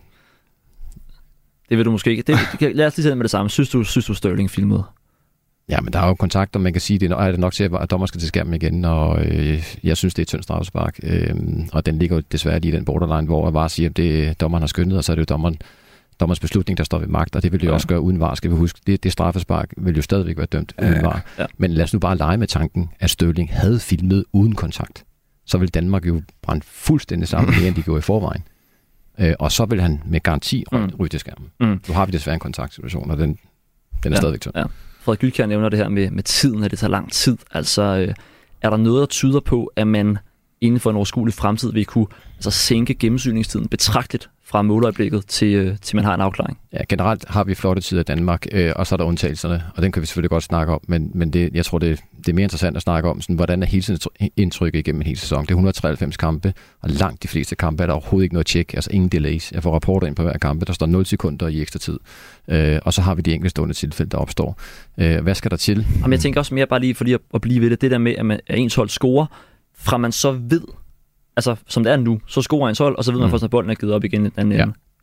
Speaker 2: Det vil du måske ikke. Det, det, lad os lige sætte med det samme. Synes du, synes du Sterling filmede?
Speaker 4: Ja, men der er jo kontakter, man kan sige, det er det nok til, at dommer skal til skærmen igen, og øh, jeg synes, det er et tyndt straffespark, øh, og den ligger jo desværre lige i den borderline, hvor jeg bare siger, at det dommeren har skyndet, og så er det jo dommeren, dommerens beslutning, der står ved magt, og det vil det jo ja. også gøre uden var, skal vi huske. Det, det straffespark vil jo stadigvæk være dømt uden var. Ja. Men lad os nu bare lege med tanken, at Sterling havde filmet uden kontakt. Så vil Danmark jo brænde fuldstændig sammen mere, end de gjorde i forvejen. Øh, og så vil han med garanti mm. ryge til skærmen. Mm. Nu har vi desværre en kontaktsituation, og den, den er ja. stadigvæk tynd. Ja.
Speaker 2: Frederik Gytkjær nævner det her med, med tiden, at det tager lang tid. Altså, øh, er der noget, der tyder på, at man inden for en overskuelig fremtid vil kunne altså, sænke gennemsynningstiden betragteligt fra måløjeblikket til, øh, til man har en afklaring?
Speaker 4: Ja, generelt har vi flotte tider i Danmark, øh, og så er der undtagelserne, og den kan vi selvfølgelig godt snakke om, men, men det, jeg tror, det, det er mere interessant at snakke om, sådan, hvordan er hele indtrykket igennem en hel sæson. Det er et hundrede og treoghalvfems kampe, og langt de fleste kampe er der overhovedet ikke noget tjek, altså ingen delays. Jeg får rapporter ind på hver kampe, der står nul sekunder i ekstra tid, øh, og så har vi de enkeltstående tilfælde, der opstår. Øh, hvad skal der til?
Speaker 2: Jamen, jeg tænker også mere bare lige, fordi at, at blive ved det, det der med, at, man, at ens hold scorer, fra man så ved, altså som det er nu, så scorer ens hold, og så ved man mm. først, når bolden er givet op igen. Den,
Speaker 4: ja.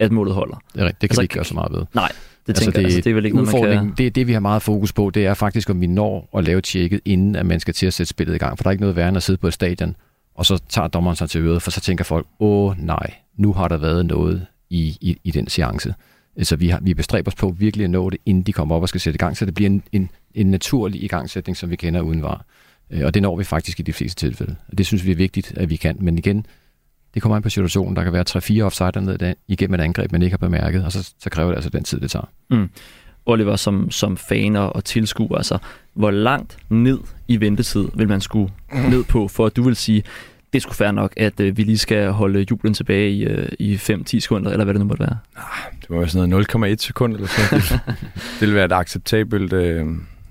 Speaker 2: at målet holder.
Speaker 4: Det, er, det kan
Speaker 2: altså,
Speaker 4: vi ikke gøre så meget ved.
Speaker 2: Nej, det
Speaker 4: altså,
Speaker 2: tænker
Speaker 4: det,
Speaker 2: jeg. Altså, det er vel ikke noget, man kan...
Speaker 4: det, det, vi har meget fokus på, det er faktisk, om vi når at lave tjekket, inden at man skal til at sætte spillet i gang. For der er ikke noget værre end at sidde på et stadion, og så tager dommeren sig til øret, for så tænker folk, åh nej, nu har der været noget i, i, i den seance. Så vi, har, vi bestræber os på virkelig at nå det, inden de kommer op og skal sætte i gang, så det bliver en, en, en naturlig igangsætning, som vi kender uden var. Og det når vi faktisk i de fleste tilfælde. Og det synes vi er vigtigt, at vi kan. Men igen, det kommer ind på situationen. Der kan være tre-fire offsider ned igennem et angreb, man ikke har bemærket, og så, så kræver det altså den tid, det tager.
Speaker 2: Mm. Oliver, som, som fan og tilskuer, altså, hvor langt ned i ventetid vil man skulle ned på, for at du vil sige, det er sgu fair nok, at øh, vi lige skal holde jublen tilbage i, øh, i fem til ti sekunder, eller hvad det nu måtte være?
Speaker 3: Ah, det må være sådan noget nul komma et sekund, eller sådan. Det, det vil være et acceptabelt... Øh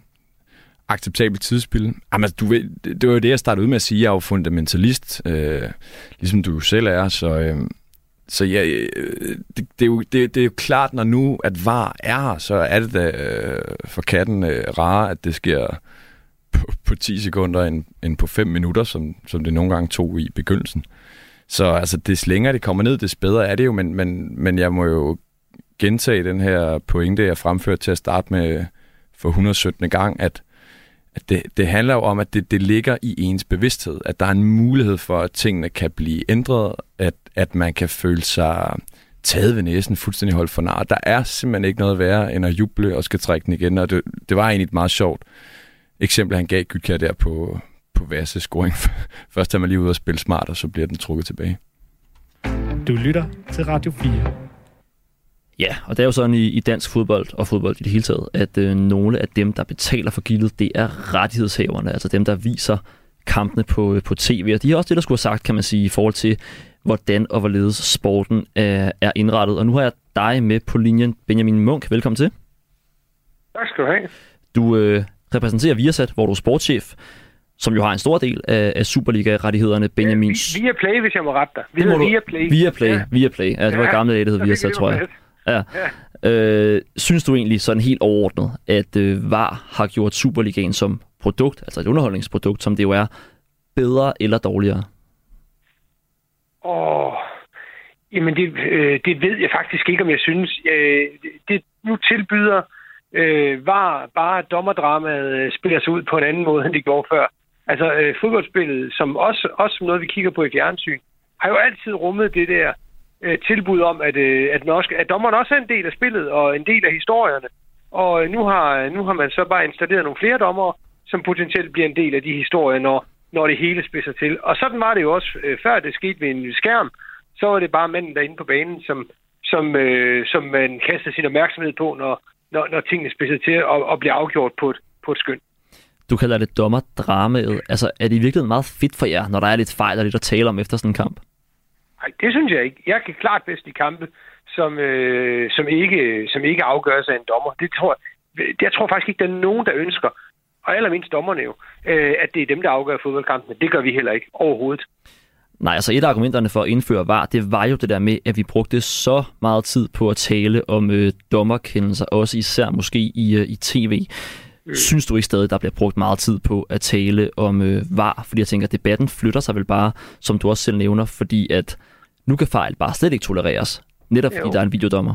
Speaker 3: acceptabelt tidsspil. Jamen, du ved, det var jo det, jeg startede ud med at sige. Jeg er jo fundamentalist, øh, ligesom du selv er, så, øh, så ja, det, det, er jo, det, det er jo klart, når nu at V A R er her, så er det da øh, for katten øh, rare, at det sker på, på ti sekunder end, end på fem minutter, som, som det nogle gange tog i begyndelsen. Så altså, des længere det kommer ned, des bedre er det jo, men, men, men jeg må jo gentage den her pointe, jeg fremførte til at starte med for et hundrede og syttende gang, at at det, det handler jo om, at det, det ligger i ens bevidsthed, at der er en mulighed for, at tingene kan blive ændret, at, at man kan føle sig taget ved næsen, fuldstændig holdt for nar. Der er simpelthen ikke noget værre, end at juble og skal trække den igen, og det, det var egentlig et meget sjovt eksempel, han gav Gytkjær der på, på Værses scoring. Først er man lige ude og spille smart, og så bliver den trukket tilbage.
Speaker 1: Du lytter til Radio fire.
Speaker 2: Ja, og det er jo sådan i, i dansk fodbold og fodbold i det hele taget, at øh, nogle af dem, der betaler for gildet, det er rettighedshaverne, altså dem, der viser kampene på, på tv. Og de har også det, der skulle have sagt, kan man sige, i forhold til, hvordan og hvorledes sporten er, er indrettet. Og nu har jeg dig med på linjen, Benjamin Munk. Velkommen til.
Speaker 6: Tak skal du have.
Speaker 2: Du øh, repræsenterer Viasat, hvor du er sportschef, som jo har en stor del af, af Superliga-rettighederne. Benjamin...
Speaker 6: Ja, via Play, hvis jeg må rette dig. Vi
Speaker 2: det må du...
Speaker 6: Via Play.
Speaker 2: Via Play, ja. Via Play. Ja, det var ja, gamle dage, det hed Viasat, tror jeg. Ja. Ja. Øh, synes du egentlig sådan helt overordnet, at øh, V A R har gjort Superligaen som produkt, altså et underholdningsprodukt, som det jo er, bedre eller dårligere?
Speaker 6: Åh, jamen det, øh, det ved jeg faktisk ikke, om jeg synes. Øh, det nu tilbyder øh, V A R bare, at dommerdramaet øh, spiller sig ud på en anden måde, end det gjorde før. Altså øh, fodboldspillet, som også, også som noget, vi kigger på i fjernsyn, har jo altid rummet det der tilbud om, at, at, også, at dommeren også er en del af spillet og en del af historierne. Og nu har, nu har man så bare installeret nogle flere dommere, som potentielt bliver en del af de historier, når, når det hele spidser til. Og sådan var det jo også, før det skete ved en skærm, så var det bare manden derinde på banen, som, som, øh, som man kastede sin opmærksomhed på, når, når, når tingene spidser til og, og bliver afgjort på et, på et skøn.
Speaker 2: Du kalder det dommerdramaet. Altså, er det i virkeligheden meget fedt for jer, når der er lidt fejl og lidt at tale om efter sådan en kamp?
Speaker 6: Nej, det synes jeg ikke. Jeg kan klart bedst i kampe, som, øh, som, ikke, som ikke afgøres af en dommer. Det tror jeg, jeg tror faktisk ikke, der er nogen, der ønsker, og allermindst dommerne jo, øh, at det er dem, der afgør fodboldkampene. Det gør vi heller ikke overhovedet.
Speaker 2: Nej, altså et af argumenterne for at indføre V A R, det var jo det der med, at vi brugte så meget tid på at tale om øh, dommerkendelser, også især måske i, øh, i tv. Mm. Synes du ikke stadig, der bliver brugt meget tid på at tale om øh, V A R? Fordi jeg tænker, at debatten flytter sig vel bare, som du også selv nævner, fordi at nu kan fejl bare slet ikke tolereres. Netop fordi jo. Der er en videodommer.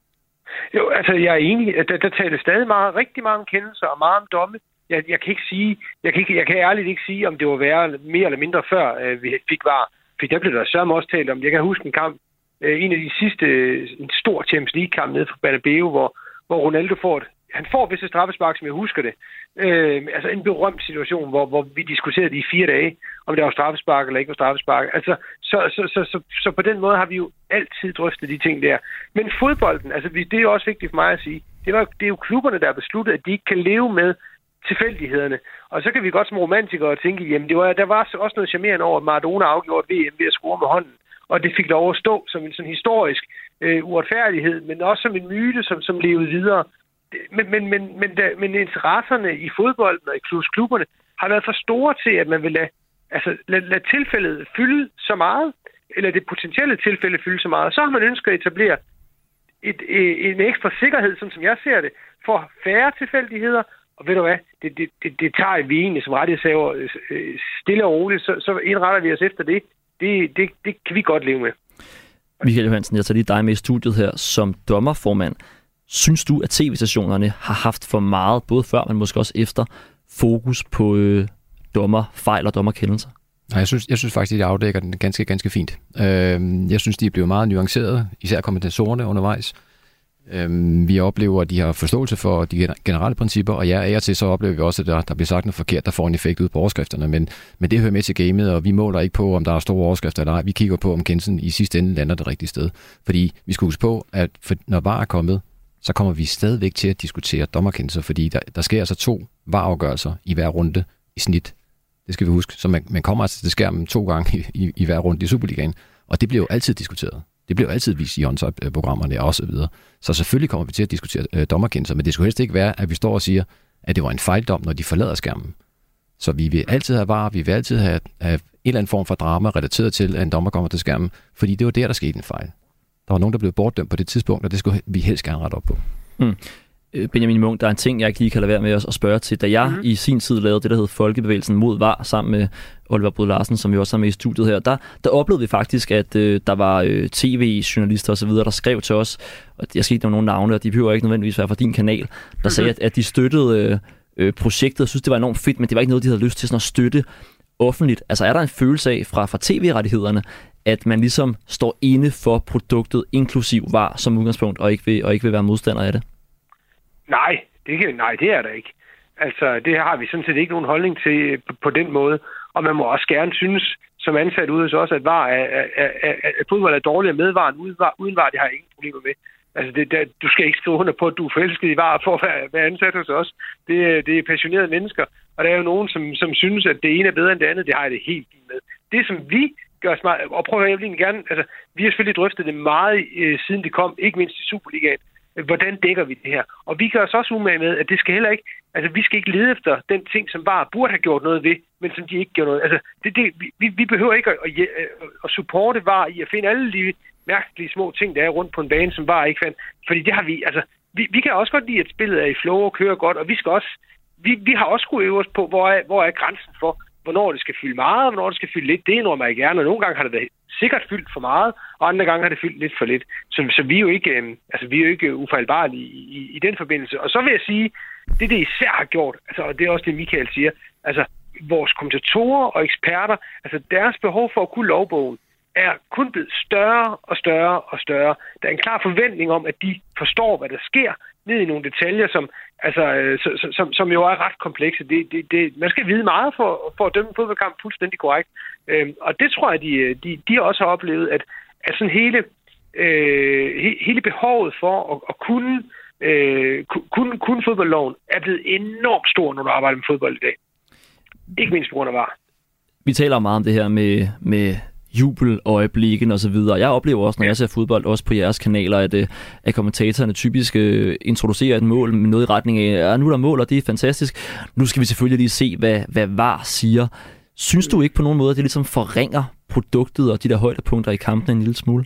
Speaker 6: Jo, altså jeg er enig. Der, der taler stadig meget, rigtig mange kendelser og meget om domme. Jeg, jeg kan ikke sige, jeg kan, ikke, jeg kan ærligt ikke sige, om det var værre mere eller mindre før øh, vi fik V A R. For der blev der sørme også talt om. Jeg kan huske en kamp, øh, en af de sidste, en stor Champions League-kamp nede fra Bernabeu, hvor, hvor Ronaldo får et Han får visse straffespark, som jeg husker det. Øh, altså en berømt situation, hvor, hvor vi diskuterede i fire dage, om det var straffespark eller ikke var straffespark. Altså, så, så, så, så, så på den måde har vi jo altid drøftet de ting der. Men fodbolden, altså det er jo også vigtigt for mig at sige, det, var, det er jo klubberne, der har besluttet, at de ikke kan leve med tilfældighederne. Og så kan vi godt som romantikere tænke, jamen det var, der var også noget charmerende over, at Maradona afgjort V M ved at score med hånden. Og det fik lov at stå som en sådan historisk øh, uretfærdighed, men også som en myte, som, som levede videre. Men, men, men, men, da, men interesserne i fodbolden og i klubberne har været for store til, at man vil lade, altså, lade, lade tilfældet fylde så meget, eller det potentielle tilfælde fylde så meget. Så har man ønsket at etablere et, et, en ekstra sikkerhed, som, som jeg ser det, for færre tilfældigheder. Og ved du hvad, det, det, det, det tager vi egentlig som rettighedshaver stille og roligt, så, så indretter vi os efter det. Det, det. det kan vi godt leve med.
Speaker 2: Michael Johansen, jeg tager lige dig med i studiet her som dommerformand. Synes du, at tv-stationerne har haft for meget, både før, men måske også efter, fokus på øh, dommerfejl og dommerkendelser?
Speaker 4: Nej, jeg synes, jeg synes faktisk, at de afdækker den ganske, ganske fint. Øh, jeg synes, de er blevet meget nuancerede, især kommentatorerne undervejs. Øh, vi oplever, at de har forståelse for de generelle principper, og ja, af og til så oplever vi også, at der, der bliver sagt noget forkert, der får en effekt ud på overskrifterne, men, men det hører med til gamet, og vi måler ikke på, om der er store overskrifter eller ej. Vi kigger på, om kendelsen i sidste ende lander det rigtige sted. Fordi vi skal huske på, at for, når V A R er kommet, så kommer vi stadigvæk til at diskutere dommerkendelser, fordi der, der sker altså to V A R-afgørelser i hver runde i snit. Det skal vi huske. Så man, man kommer altså til skærmen to gange i, i, i hver runde i Superligaen, og det bliver jo altid diskuteret. Det bliver jo altid vist i onside-programmerne og så videre. Så selvfølgelig kommer vi til at diskutere øh, dommerkendelser, men det skulle helst ikke være, at vi står og siger, at det var en fejldom, når de forlader skærmen. Så vi vil altid have V A R, vi vil altid have, have en eller anden form for drama relateret til, at en dommer kommer til skærmen, fordi det var der, der skete en fejl. Der var nogen, der blev bortdømt på det tidspunkt, og det skulle vi helst gerne rette op på.
Speaker 2: Mm. Benjamin Munk, der er en ting, jeg ikke lige kan lade være med at spørge til. Da jeg mm-hmm. i sin tid lavede det, der hed Folkebevægelsen mod V A R, sammen med Oliver Brud Larsen, som vi også har med i studiet her, der, der oplevede vi faktisk, at øh, der var øh, tv-journalister osv., der skrev til os, og jeg skal ikke nævne nogen navne, og de behøver ikke nødvendigvis være fra din kanal, der mm-hmm. sagde, at, at de støttede øh, øh, projektet, og synes, det var enormt fedt, men det var ikke noget, de havde lyst til sådan at støtte offentligt. Altså er der en følelse af fra, fra tv-rettighederne, at man ligesom står inde for produktet, inklusiv V A R som udgangspunkt, og ikke vil, og ikke vil være modstander af det?
Speaker 6: Nej, det kan, nej, det er der ikke. Altså, det har vi sådan set ikke nogen holdning til på, på den måde. Og man må også gerne synes, som ansat ude hos os, at, var, at, at, at, at fodbold er dårligere med V A R uden V A R. Uden V A R, det har jeg ingen problemer med. Altså, det, det, du skal ikke skrive under på, at du er forelsket i V A R for at være, være ansat hos os. Det, det er passionerede mennesker. Og der er jo nogen, som, som synes, at det ene er bedre end det andet. Det har jeg det helt fint med. Det, som vi gør smart, og prøv at høre, jeg vil gerne, altså, vi har selvfølgelig drøftet det meget, øh, siden det kom, ikke mindst i Superligaen. Hvordan dækker vi det her? Og vi gør os også umage med, at det skal heller ikke, altså vi skal ikke lede efter den ting, som bare burde have gjort noget ved, men som de ikke gjorde noget. Altså det, det, vi, vi behøver ikke at, at, at supporte V A R i at finde alle de mærkelige små ting, der er rundt på en bane, som V A R ikke fandt. Fordi det har vi, altså vi, vi kan også godt lide, at spillet er i flow og kører godt, og vi skal også, vi, vi har også skulle øve os på, hvor er, hvor er grænsen for, hvornår det skal fylde meget, og hvornår det skal fylde lidt. Det indrømmer jeg gerne, og nogle gange har det været sikkert fyldt for meget, og andre gange har det fyldt lidt for lidt. Så, så vi er jo ikke, øh, altså, vi er jo ikke ufejlbarlige i, i, i den forbindelse. Og så vil jeg sige, det det især har gjort, altså, og det er også det, Michael siger, altså vores kommentatorer og eksperter, altså deres behov for at kunne lovbogen, er kun blevet større og større og større. Der er en klar forventning om, at de forstår, hvad der sker, ned i nogle detaljer, som, altså, som, som jo er ret komplekse. Det, det, det, man skal vide meget for, for at dømme en fodboldkamp fuldstændig korrekt. Øhm, og det tror jeg, de, de, de også har oplevet, at, at sådan hele, øh, hele behovet for at, at kunne, øh, kunne, kunne fodboldloven er blevet enormt stor, når du arbejder med fodbold i dag. Ikke mindst på grund af V A R.
Speaker 2: Vi taler meget om det her med, med jubeløjeblikken og så videre. Jeg oplever også, når jeg ser fodbold, også på jeres kanaler, at, at kommentatorerne typisk uh, introducerer et mål med noget i retning af, ja, nu er der mål, og det er fantastisk. Nu skal vi selvfølgelig lige se, hvad, hvad V A R siger. Synes du ikke på nogen måde, at det ligesom forringer produktet og de der højdepunkter i kampen en lille smule?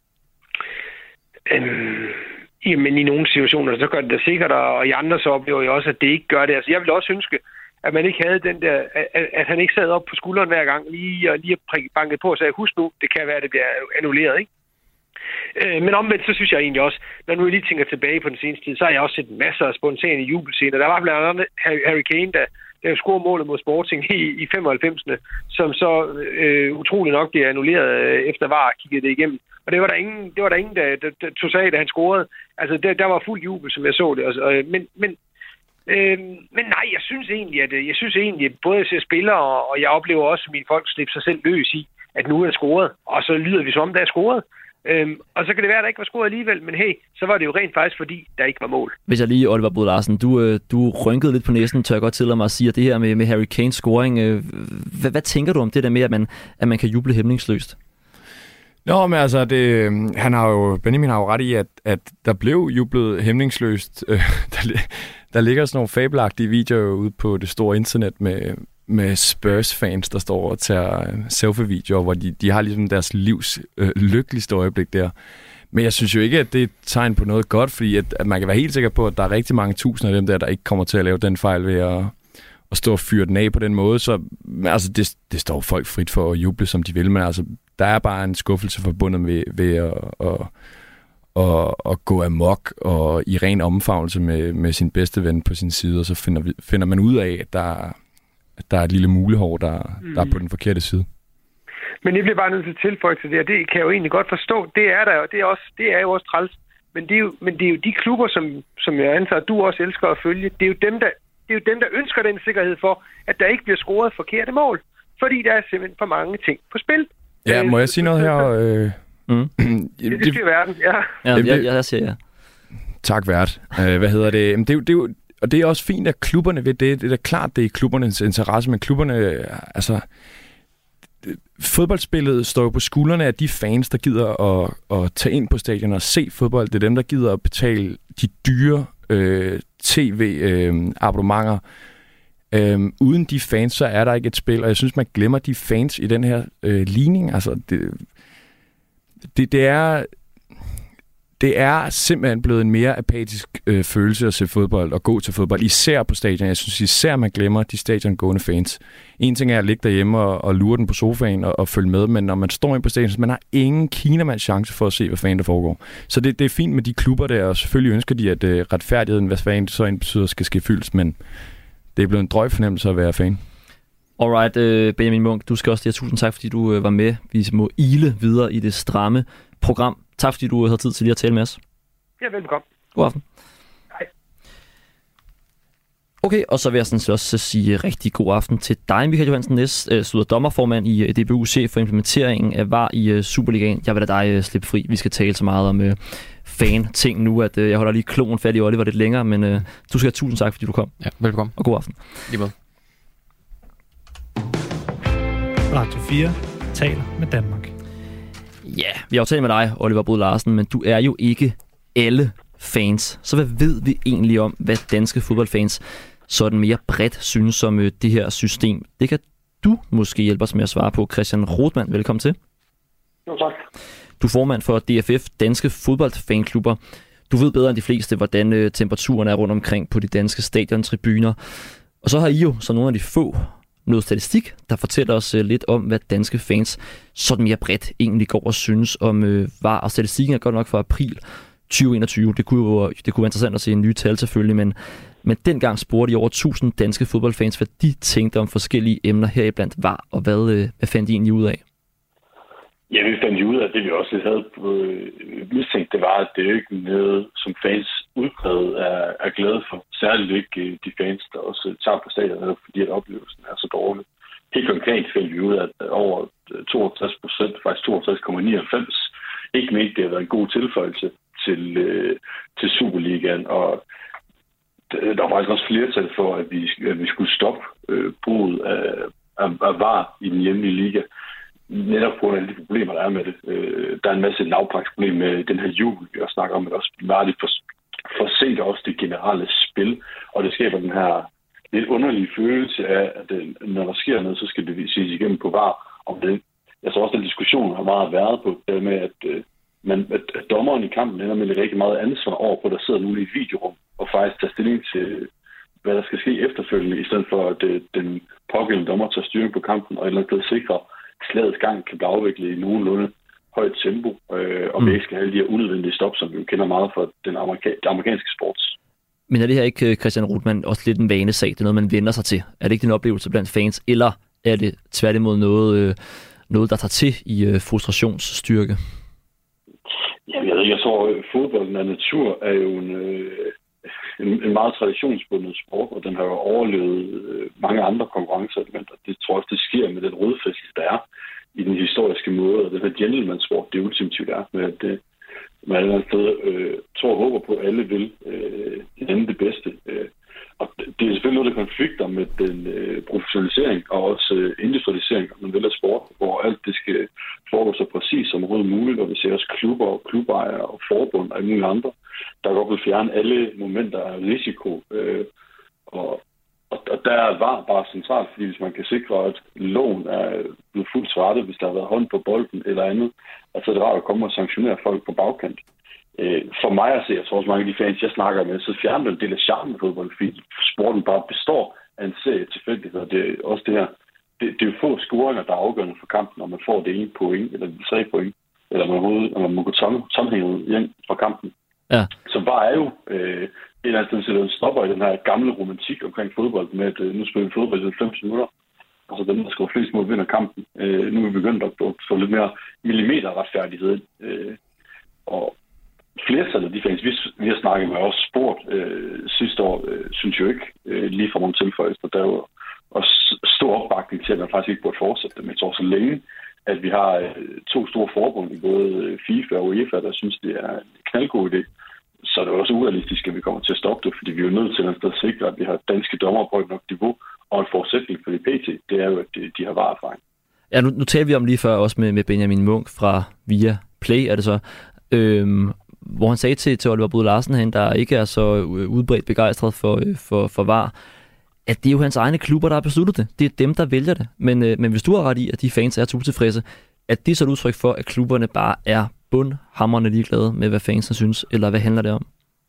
Speaker 6: Øhm, jamen i nogle situationer, så gør det da sikkert, og i andre så oplever jeg også, at det ikke gør det. Altså jeg vil også ønske, at man ikke havde den der, at, at han ikke sad op på skulderen hver gang lige og lige banket på og sagde, husk nu, det kan være, at det bliver annulleret, ikke? Øh, men omvendt, så synes jeg egentlig også, når nu jeg lige tænker tilbage på den seneste tid, så har jeg også set masser af spontane jubelscener. Der var blandt andet Harry Kane, der, der scorede målet mod Sporting i, i femoghalvfemserne, som så øh, utrolig nok bliver annulleret øh, efter V A R kiggede det igennem. Og det var der ingen, det var der, ingen der, der, der tog sig af, da han scorede. Altså, der, der var fuld jubel, som jeg så det. Og, øh, men, men Øhm, men nej, jeg synes egentlig, at jeg synes egentlig, at både jeg ser spillere, og jeg oplever også, at mine folk slipper sig selv løs i, at nu er det scoret, og så lyder vi som om, der er scoret. Øhm, og så kan det være, at der ikke var scoret alligevel, men hey, så var det jo rent faktisk, fordi der ikke var mål.
Speaker 2: Hvis jeg lige, Oliver Brud Larsen, du, du rynkede lidt på næsen, tør jeg godt til mig at sige, at det her med, med Harry Kanes scoring, hvad, hvad tænker du om det der med, at man, at man kan juble hæmningsløst?
Speaker 3: Nå, men altså, det, han har jo, Benjamin har jo ret i, at, at der blev jublet hæmningsløst. der, der ligger sådan nogle fabelagtige videoer ude på det store internet med, med Spurs-fans, der står og tager selfie-videoer, hvor de, de har ligesom deres livs øh, lykkeligste øjeblik der. Men jeg synes jo ikke, at det er et tegn på noget godt, fordi at, at man kan være helt sikker på, at der er rigtig mange tusinder af dem der, der ikke kommer til at lave den fejl ved at, at stå og fyre den af på den måde. Så altså, det, det står folk frit for at juble, som de vil, men altså, der er bare en skuffelse forbundet med, ved at, at, at, at gå amok og i ren omfavnelse med, med sin bedste ven på sin side, og så finder, vi, finder man ud af, at der, at der er et lille mulehår, der, mm. der er på den forkerte side.
Speaker 6: Men jeg bliver bare nødt til at tilføje til det, og det kan jeg jo egentlig godt forstå. Det er der jo, det er, også, det er jo også træls. Men det er jo, men det er jo de klubber, som, som jeg antager, at du også elsker at følge. Det er jo dem, der, det er jo dem, der ønsker den sikkerhed for, at der ikke bliver scoret forkerte mål. Fordi der er simpelthen for mange ting på spil.
Speaker 3: Ja, må jeg sige noget her? Øh...
Speaker 2: Mm.
Speaker 6: det, det skal verden, ja.
Speaker 2: Ja, jeg, jeg, jeg siger ja.
Speaker 3: Tak, vært. Øh, hvad hedder det? Det er, det er jo, og det er også fint, at klubberne ved det. Det er da klart, det er i klubbernes interesse, men klubberne, altså... Fodboldspillet står jo på skuldrene af de fans, der gider at, at tage ind på stadion og se fodbold. Det er dem, der gider at betale de dyre øh, tv-abonnementer. Øh, øh, uden de fans, så er der ikke et spil, og jeg synes, man glemmer de fans i den her øh, ligning. Altså, det, det, det er... Det er simpelthen blevet en mere apatisk øh, følelse at se fodbold og gå til fodbold, især på stadion. Jeg synes især, man glemmer de stadiongående fans. En ting er at ligge derhjemme og, og lure den på sofaen og, og følge med, men når man står ind på stadion, så man har ingen kinamands chance for at se, hvad fanden der foregår. Så det, det er fint med de klubber der, og selvfølgelig ønsker de, at øh, retfærdigheden, hvad fanden så ind betyder, skal ske fyldes, men det er blevet en drøg fornemmelse at være fan.
Speaker 2: Alright, øh, Benjamin Munk, du skal også sige tusind tak, fordi du øh, var med. Vi må ile videre i det stramme program. Tak fordi du havde tid til lige at tale med os.
Speaker 6: Ja, velkommen.
Speaker 2: God aften.
Speaker 6: Hej.
Speaker 2: Okay, og så vil jeg sådan set også sige rigtig god aften til dig, Michael Johansen Næs, øh, dommerformand i D B U, chef for implementeringen af V A R i øh, Superligaen. Jeg vil lade dig øh, slippe fri. Vi skal tale så meget om øh, fan-ting nu, at øh, jeg holder lige kloen fat i Oliver lidt længere, men øh, du skal have tusind tak, fordi du kom.
Speaker 4: Ja, velkommen.
Speaker 2: Og god aften.
Speaker 4: Lige måde.
Speaker 1: Radio fire taler med Danmark.
Speaker 2: Ja, vi har jo talt med dig, Oliver Brud Larsen, men du er jo ikke alle fans. Så hvad ved vi egentlig om, hvad danske fodboldfans sådan mere bredt synes om øh, det her system? Det kan du måske hjælpe os med at svare på. Christian Rothmann, velkommen til.
Speaker 7: Jo, tak.
Speaker 2: Du er formand for D F F, Danske Fodboldfanklubber. Du ved bedre end de fleste, hvordan øh, temperaturen er rundt omkring på de danske stadiontribuner. Og så har I jo, som nogle af de få, noget statistik, der fortæller os øh, lidt om, hvad danske fans sådan mere bredt egentlig går og synes om øh, V A R. Og statistikken er godt nok fra april tyve enogtyve. Det kunne jo det kunne være interessant at se en ny tal selvfølgelig, men, men dengang spurgte I over tusind danske fodboldfans, hvad de tænkte om forskellige emner heriblandt V A R, og hvad, øh, hvad fandt I egentlig ud af?
Speaker 7: Ja, vi fandt ud af, at det vi også havde øh, mistænkt, det var, at det er ikke noget, som fans udpræget er, er glade for. Særligt ikke øh, de fans, der også tager på stadion, fordi at oplevelsen er så dårlig. Helt konkret fandt vi ud af, at over toogtres procent, faktisk toogtres komma nioghalvfems, ikke mente, det har været en god tilføjelse til, øh, til Superligaen. Og der var faktisk også flertal for, at vi, at vi skulle stoppe øh, bruget af, af, af V A R i den hjemlige liga. Netop på alle de problemer, der er med det. Øh, der er en masse lavpraktisk problem med den her jul, vi også snakker om, at også var det for, for sent også det generelle spil, og det skaber den her lidt underlige følelse af, at det, når der sker noget, så skal det ses igennem på V A R. Og det, jeg tror også, den diskussion har meget været på det med, at, man, at, at dommeren i kampen ender med rigtig meget ansvar over på, at der sidder nogen i et videorum og faktisk tager stilling til, hvad der skal ske efterfølgende, i stedet for at den pågældende dommer tager styring på kampen og et eller andet sted sikrer, slagets gang kan blive afviklet i nogenlunde højt tempo, øh, og mm. vi ikke skal have de her unødvendige stop, som vi jo kender meget fra den amerika- det amerikanske sports.
Speaker 2: Men er det her ikke, Christian Rothmann, også lidt en vanesag? Det er noget, man vender sig til. Er det ikke en oplevelse blandt fans, eller er det tværtimod noget, øh, noget der tager til i øh, frustrationsstyrke?
Speaker 7: Ja, jeg, jeg tror, at fodbolden af natur er jo en, øh, en, en meget traditionsbundet sport, og den har jo overlevet øh, mange andre konkurrenceelementer. Det tror jeg også, det sker med den rødfæstelse, der er i den historiske måde, og den her gentleman-sport, det ultimativt er, med at det, man et eller andet sted øh, tror og håber på, at alle vil øh, hinanden det bedste. Øh. Og det er selvfølgelig noget, der konflikter med den øh, professionalisering og også øh, industrialisering, når man vælger sport, hvor alt det skal foregå så præcis som overhovedet muligt, og vi ser også klubber og klubejere og forbund og mulige andre, der godt vil fjerne alle momenter af risiko. Øh, og, og, og der var bare centralt, fordi hvis man kan sikre, at loven er blevet fuldt svartet, hvis der har været hånd på bolden eller andet, altså det er rart at komme og sanktionere folk på bagkant. For mig at se, jeg tror også mange af de fans, jeg snakker med, så fjerner en del af charmen på fodbold, fordi sporten bare består af en serie tilfældigheder. Det er også det her, det, det er jo få scoringer, der er afgørende for kampen, når man får det ene point, eller de tre point, eller man overhovedet, når man går tom, tomhænget hjem fra kampen.
Speaker 2: Ja.
Speaker 7: Så bare er jo øh, en eller anden sted, der stopper i den her gamle romantik omkring fodbold, med at øh, nu spiller vi fodbold i halvfems minutter, og så dem, der skal flest mål, vinder kampen. Øh, nu er vi begyndt at få lidt mere millimeter retfærdighed. Øh, og flertallet af de fans, vi, vi har snakket med også sport øh, sidste år, øh, synes jo ikke øh, lige fra nogle tilføjelser, der er jo også stor opbakning til, at man faktisk ikke burde fortsætte det. Men jeg tror så længe, at vi har øh, to store forbund i både FIFA og UEFA, der synes, det er en knaldgod idé, så er det også urealistisk, at vi kommer til at stoppe det, fordi vi er jo nødt til at at sikre, at vi har danske dommer på et nok niveau, og en forudsætning for det P T, det er jo, at de, de har vareerfaring.
Speaker 2: Ja, nu, nu taler vi om lige før også med, med Benjamin Munk fra Via Play, er det så, øhm, hvor han sagde til, til Oliver Bude Larsen, han, der ikke er så udbredt begejstret for, for, for V A R, at det er jo hans egne klubber, der har besluttet det. Det er dem, der vælger det. Men, øh, men hvis du har ret i, at de fans er utilfredse, at det så et udtryk for, at klubberne bare er bundhamrende ligeglade med, hvad fansene synes, eller hvad handler det om?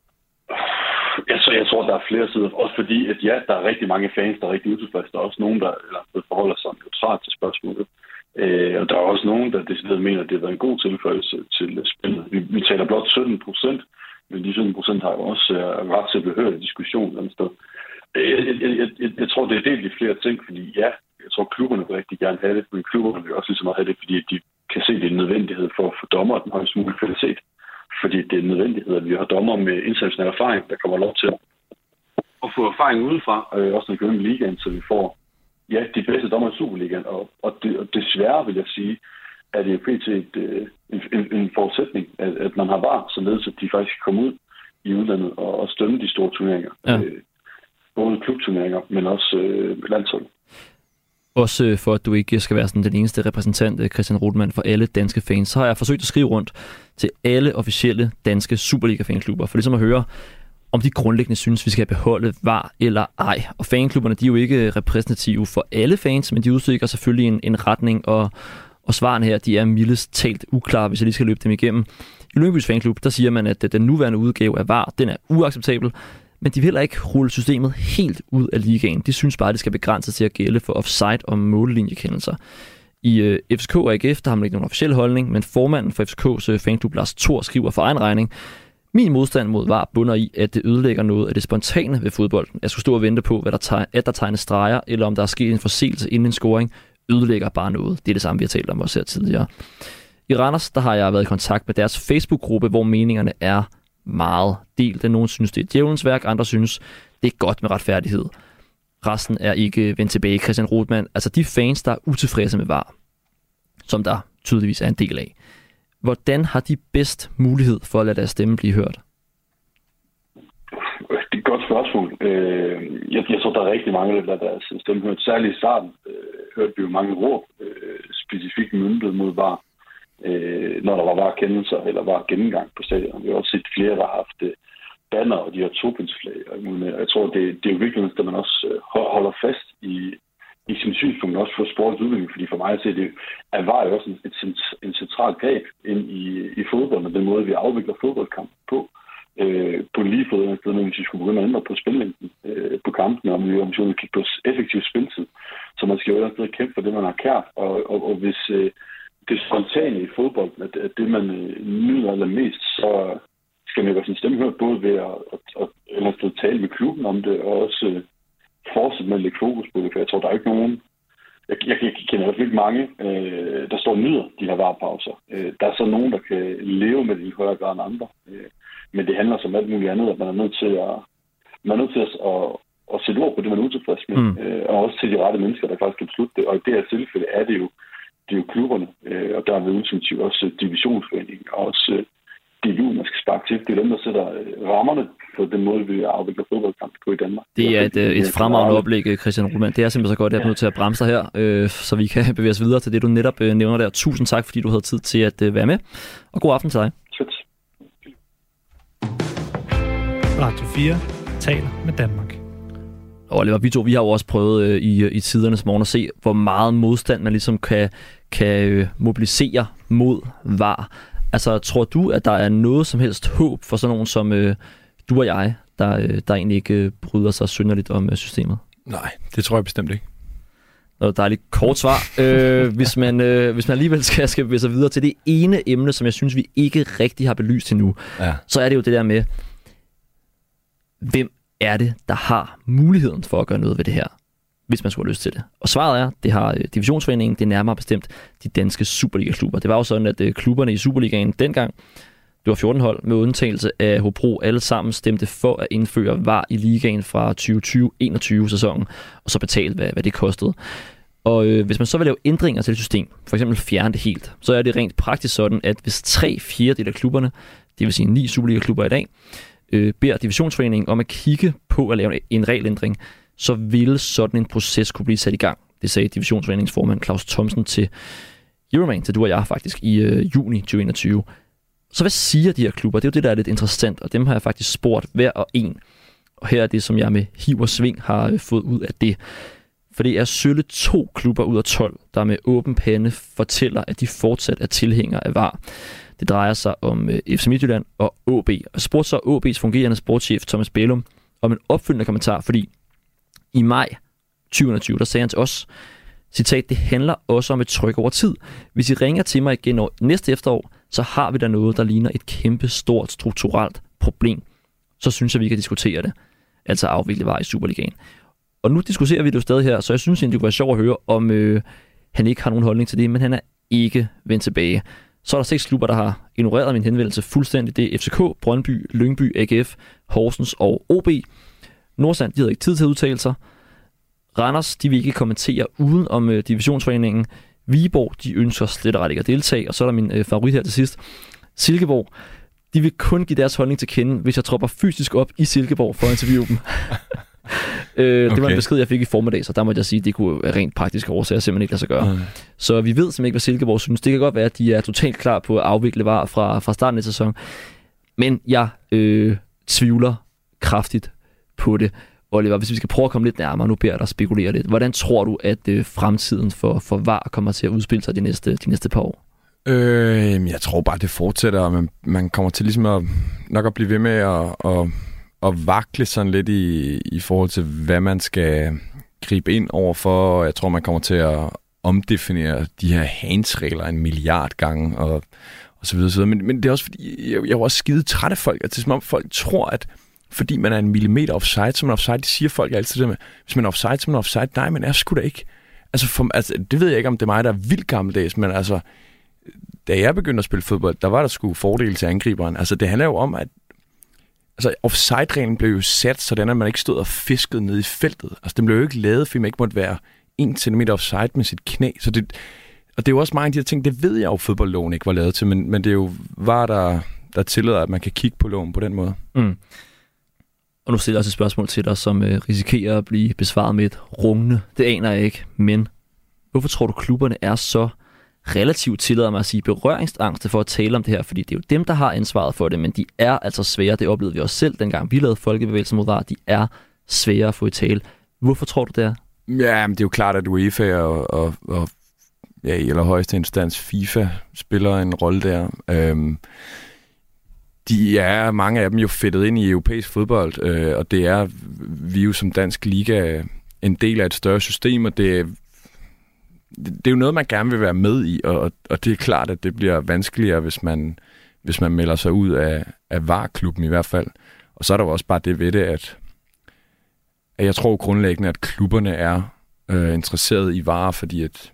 Speaker 7: Jeg, så jeg tror, der er flere sider. Også fordi, at ja, der er rigtig mange fans, der er rigtig utilfredse. Der er også nogen, der eller, forholder sig neutralt til spørgsmålet. Øh, og der er også nogen, der decideret mener, at det har været en god tilføjelse til spillet. Vi, vi taler blot sytten procent, men de sytten procent har jo også uh, ret til at blive hørt i diskussionen. Jeg, jeg, jeg, jeg, jeg tror, det er delt i flere ting, fordi ja, jeg tror, klubberne vil rigtig gerne have det, men klubberne vil også ligesom have det, fordi de kan se, at det er en nødvendighed for at få dommer den højst mulige kvalitet. Fordi det er en nødvendighed, at vi har dommer med international erfaring, der kommer lov til at få erfaring udefra, og også når vi går ind i ligaen, så vi får ja, de bedste dommer i Superligaen. Og, og, det, og desværre vil jeg sige, at det er pt. Et, en, en, en forudsætning, at, at man har V A R, således at de faktisk kan komme ud i udlandet og, og stømme de store turneringer. Ja. Øh, både klubturneringer, men også øh, landshold.
Speaker 2: Også for, at du ikke skal være sådan den eneste repræsentant, Christian Rothmann, for alle danske fans, så har jeg forsøgt at skrive rundt til alle officielle danske Superliga-fanklubber, for ligesom at høre, om de grundlæggende synes, vi skal beholde V A R eller ej. Og fanklubberne, de er jo ikke repræsentative for alle fans, men de udstikker selvfølgelig en, en retning, og, og svarene her, de er mildest talt uklare, hvis jeg lige skal løbe dem igennem. I Lyngbys fanklub, der siger man, at den nuværende udgave af V A R, den er uacceptabel, men de vil heller ikke rulle systemet helt ud af ligaen. De synes bare, at det skal begrænses til at gælde for offside- og mållinjekendelser. I øh, F C K og A G F, der har man ikke nogen officiel holdning, men formanden for F C K's øh, fanklub, Lars Thor, skriver for egen regning: min modstand mod V A R bunder i, at det ødelægger noget af det spontane ved fodbolden. Jeg skulle stå og vente på, hvad der teg- at der tegnes streger, eller om der er sket en forseelse inden en scoring, ødelægger bare noget. Det er det samme, vi har talt om også her tidligere. I Randers, der har jeg været i kontakt med deres Facebook-gruppe, hvor meningerne er meget delt. Nogle synes, det er djævelens værk, andre synes, det er godt med retfærdighed. Resten er ikke vendt tilbage. Christian Rothmann, altså de fans, der er utilfredse med V A R, som der tydeligvis er en del af, hvordan har de bedst mulighed for at lade deres stemme blive hørt?
Speaker 7: Det er et godt spørgsmål. Jeg, jeg tror, der er rigtig mange, der lader deres stemme hørt. Særligt i starten øh, hørte vi jo mange råb, øh, specifikt møntet mod V A R, øh, når der var V A R-kendelser eller V A R-gennemgang på stadion. Vi har også set flere, der har haft øh, banner og de her tobindsflag. Jeg tror, det, det er jo virkelig, at man også holder fast i i sin synspunkt også for sportens udvikling, fordi for mig at se, det er V A R jo også en, et, en central greb ind i, i fodbolden, og den måde, vi afvikler fodboldkamp på. Øh, på lige fod, hvis vi skulle begynde at ændre på spillængden øh, på kampene, og vi om vi kigge på effektiv spiltid. Så man skal jo også kæmpe for det, man har kært, og, og, og hvis øh, det spontane i fodbolden, at, at det, man øh, nyder allermest, så skal man jo sin stemme hørt, både ved at, at, at, at, at tale med klubben om det, og også øh, fortsætte med at lægge fokus på det, for jeg tror, der er ikke nogen... Jeg, jeg, jeg kender i hvert fald ikke mange, øh, der står og nyder de her varepauser. Øh, der er så nogen, der kan leve med det i højere grad end andre. Øh, men det handler som alt muligt andet, at man er nødt til at, man er nødt til at, at, at sætte ord på det, man er utilfreds med. Mm. Øh, og også til de rette mennesker, der faktisk kan beslutte det. Og i det her tilfælde er det jo, det er jo klubberne, øh, og der er ved ultimativt også divisionsforeningen, og også øh, det er jo, man skal sparke til. Det er dem, der sætter rammerne for den måde, vi afvikler fodboldkamp på i Danmark.
Speaker 2: Det er et, et fremragende oplæg, Christian Rothmann. Det er simpelthen så godt, at jeg er nødt til at bremse dig her, øh, så vi kan bevæge os videre til det, du netop øh, nævner der. Tusind tak, fordi du havde tid til at øh, være med, og god aften til dig.
Speaker 7: Fedt.
Speaker 1: Radio fire taler med Danmark.
Speaker 2: Og Oliver, vi to, vi har jo også prøvet øh, i, i tidernes morgen at se, hvor meget modstand man ligesom kan, kan øh, mobilisere mod V A R. Altså, tror du, at der er noget som helst håb for sådan nogen som øh, du og jeg, der, øh, der egentlig ikke øh, bryder sig synderligt om øh, systemet?
Speaker 3: Nej, det tror jeg bestemt ikke.
Speaker 2: Det var et dejligt kort svar. øh, hvis, man, øh, hvis man alligevel skal, skal bevæge sig videre til det ene emne, som jeg synes, vi ikke rigtig har belyst endnu,
Speaker 3: Ja.
Speaker 2: så er det jo det der med, hvem er det, der har muligheden for at gøre noget ved det her, hvis man skulle have lyst til det. Og svaret er, det har øh, divisionsforeningen, det er nærmere bestemt de danske Superliga-klubber. Det var jo sådan, at øh, klubberne i Superligaen dengang, det var fjorten hold, med undtagelse af Hobro, alle sammen stemte for at indføre V A R i ligaen fra tyve tyve enogtyve sæsonen, og så betale, hvad, hvad det kostede. Og øh, hvis man så vil lave ændringer til det system, for eksempel fjerne det helt, så er det rent praktisk sådan, at hvis tre fjerdedel af klubberne, det vil sige ni Superliga-klubber i dag, øh, beder divisionsforeningen om at kigge på at lave en regelændring, så ville sådan en proces kunne blive sat i gang. Det sagde divisionsforeningens formand Claus Thomsen til Euroman, til du og jeg faktisk, i øh, juni tyve enogtyve. Så hvad siger de her klubber? Det er jo det, der er lidt interessant, og dem har jeg faktisk spurgt hver og en. Og her er det, som jeg med hiv og sving har øh, fået ud af det. For det er sølle to klubber ud af tolv, der med åben pande fortæller, at de fortsat er tilhængere af V A R. Det drejer sig om øh, F C Midtjylland og A B. Og spurgte så A B's fungerende sportschef Thomas Bælum om en opfølgende kommentar, fordi i maj tyve enogtyve, der sagde han til os, citat, det handler også om et tryk over tid. Hvis I ringer til mig igen år, næste efterår, så har vi der noget, der ligner et kæmpe stort strukturelt problem. Så synes jeg, vi kan diskutere det. Altså afvikle V A R i Superligaen. Og nu diskuterer vi det jo stadig her, så jeg synes egentlig, det kunne være sjovt at høre, om øh, han ikke har nogen holdning til det, men han er ikke vendt tilbage. Så er der seks klubber, der har ignoreret min henvendelse fuldstændig. Det er F C K, Brøndby, Lyngby, A G F, Horsens og O B. Nordsjælland, de havde ikke tid til at udtale sig. Randers, de vil ikke kommentere uden om øh, divisionsforeningen. Viborg, de ønsker slet og ret ikke at deltage. Og så er der min øh, favorit her til sidst. Silkeborg, de vil kun give deres holdning til kende, hvis jeg tropper fysisk op i Silkeborg for at interviewe dem. øh, okay. Det var en besked, jeg fik i formiddag, så der måtte jeg sige, at det kunne være rent praktiske årsager simpelthen ikke lade sig gøre. Okay. Så vi ved simpelthen ikke, hvad Silkeborg synes. Det kan godt være, at de er totalt klar på at afvikle V A R fra, fra starten af sæsonen. Men jeg øh, tvivler kraftigt på det. Oliver, hvis vi skal prøve at komme lidt nærmere, nu beder jeg dig spekulere lidt. Hvordan tror du, at øh, fremtiden for, for V A R kommer til at udspille sig de næste, de næste par år?
Speaker 3: Øh, jeg tror bare, det fortsætter, og man, man kommer til ligesom at, nok at blive ved med at, at, at vakle sådan lidt i, i forhold til, hvad man skal gribe ind overfor. Og jeg tror, man kommer til at omdefinere de her hands-regler en milliard gange, og, og så videre, så videre. Men, men det er også fordi, jeg, jeg er også skide træt af folk, at det er som om folk tror, at fordi man er en millimeter offside, så man er offside. Det siger folk altid det med, hvis man er offside, så man er offside. Nej, man er sgu da ikke. Altså, for, altså, det ved jeg ikke, om det er mig, der er vildt gammeldags, men altså, da jeg begyndte at spille fodbold, der var der sgu fordele til angriberen. Altså, det handler jo om, at altså, offside-reglen blev jo sat, sådan at man ikke stod og fiskede ned i feltet. Altså, den blev jo ikke lavet, fordi man ikke måtte være en centimeter offside med sit knæ. Så det, og det er jo også mange af de her ting, det ved jeg jo, fodboldloven ikke var lavet til, men, men det er jo var der, der tillader, at man kan kigge på loven på den måde.
Speaker 2: Mm. Og nu stiller jeg også et spørgsmål til dig, som øh, risikerer at blive besvaret med et rungende. Det aner jeg ikke, men hvorfor tror du, klubberne er så relativt, tillader mig at sige, berøringsangste for at tale om det her? Fordi det er jo dem, der har ansvaret for det, men de er altså svære. Det oplevede vi også selv, dengang vi lavede folkebevægelsen mod V A R. De er svære at få i tale. Hvorfor tror du det er?
Speaker 3: Ja, men det er jo klart, at UEFA og, og, og ja, i allerhøjeste instans FIFA spiller en rolle der. Øhm, De er, mange af dem jo fedtet ind i europæisk fodbold, øh, og det er vi jo som dansk liga en del af et større system, og det, det er jo noget, man gerne vil være med i, og, og det er klart, at det bliver vanskeligere, hvis man, hvis man melder sig ud af, af V A R-klubben i hvert fald. Og så er der jo også bare det ved det, at, at jeg tror grundlæggende, at klubberne er øh, interesseret i V A R, fordi at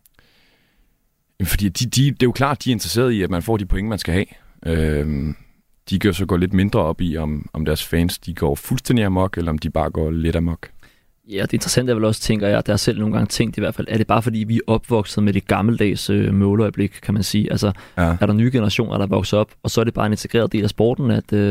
Speaker 3: fordi de, de, det er jo klart, de er interesseret i, at man får de point, man skal have. Øh, De kan så gå lidt mindre op i, om, om deres fans de går fuldstændig amok, eller om de bare går lidt amok.
Speaker 2: Ja, det interessante er vel også, tænker jeg, der er selv nogle gange tænkt i hvert fald, er det bare fordi, vi er opvokset med det gammeldags øh, måleøjeblik, kan man sige. Altså, ja. Er der nye generationer, der vokser op, og så er det bare en integreret del af sporten, at øh,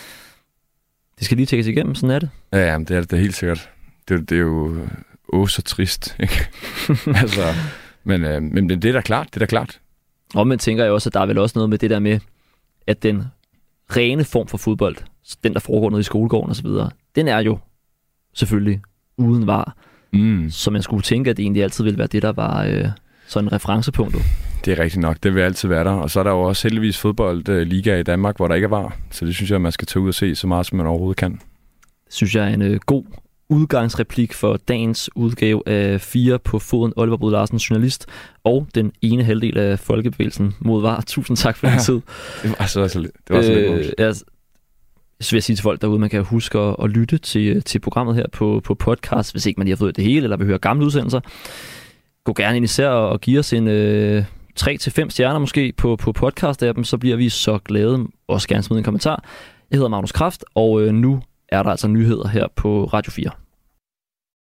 Speaker 2: det skal lige tjekkes igennem, sådan er det.
Speaker 3: Ja, ja, det er det er helt sikkert. Det, det er jo åh så trist, ikke? altså, men, øh, men det er da klart, det er da klart.
Speaker 2: Og man tænker jeg også, at der er vel også noget med det der med, at den rene form for fodbold, den der foregår nede i skolegården og så videre, den er jo selvfølgelig uden V A R. Mm. Så man skulle tænke, at det egentlig altid ville være det, der var øh, sådan en referencepunkt.
Speaker 3: Det er rigtigt nok, det vil altid være der. Og så er der jo også heldigvis fodboldliga i Danmark, hvor der ikke er V A R. Så det synes jeg, man skal tage ud og se så meget, som man overhovedet kan.
Speaker 2: Det synes jeg er en øh, god udgangsreplik for dagens udgave af Fire på foden. Oliver Brud Larsen, journalist, og den ene halvdel af Folkebevægelsen mod V A R. Tusind tak for din
Speaker 3: Ja,
Speaker 2: tid.
Speaker 3: Det var så, så, det var så
Speaker 2: øh,
Speaker 3: lidt.
Speaker 2: jeg, så vil jeg sige til folk derude, man kan huske at, at lytte til, til programmet her på, på podcast, hvis ikke man lige har fået det hele, eller vil høre gamle udsendelser. Gå gerne ind især og, og give os en øh, tre til fem stjerner måske på, på podcast-appen, så bliver vi så glade. Også gerne smide en kommentar. Jeg hedder Magnus Kraft, og øh, nu er der altså nyheder her på Radio fire.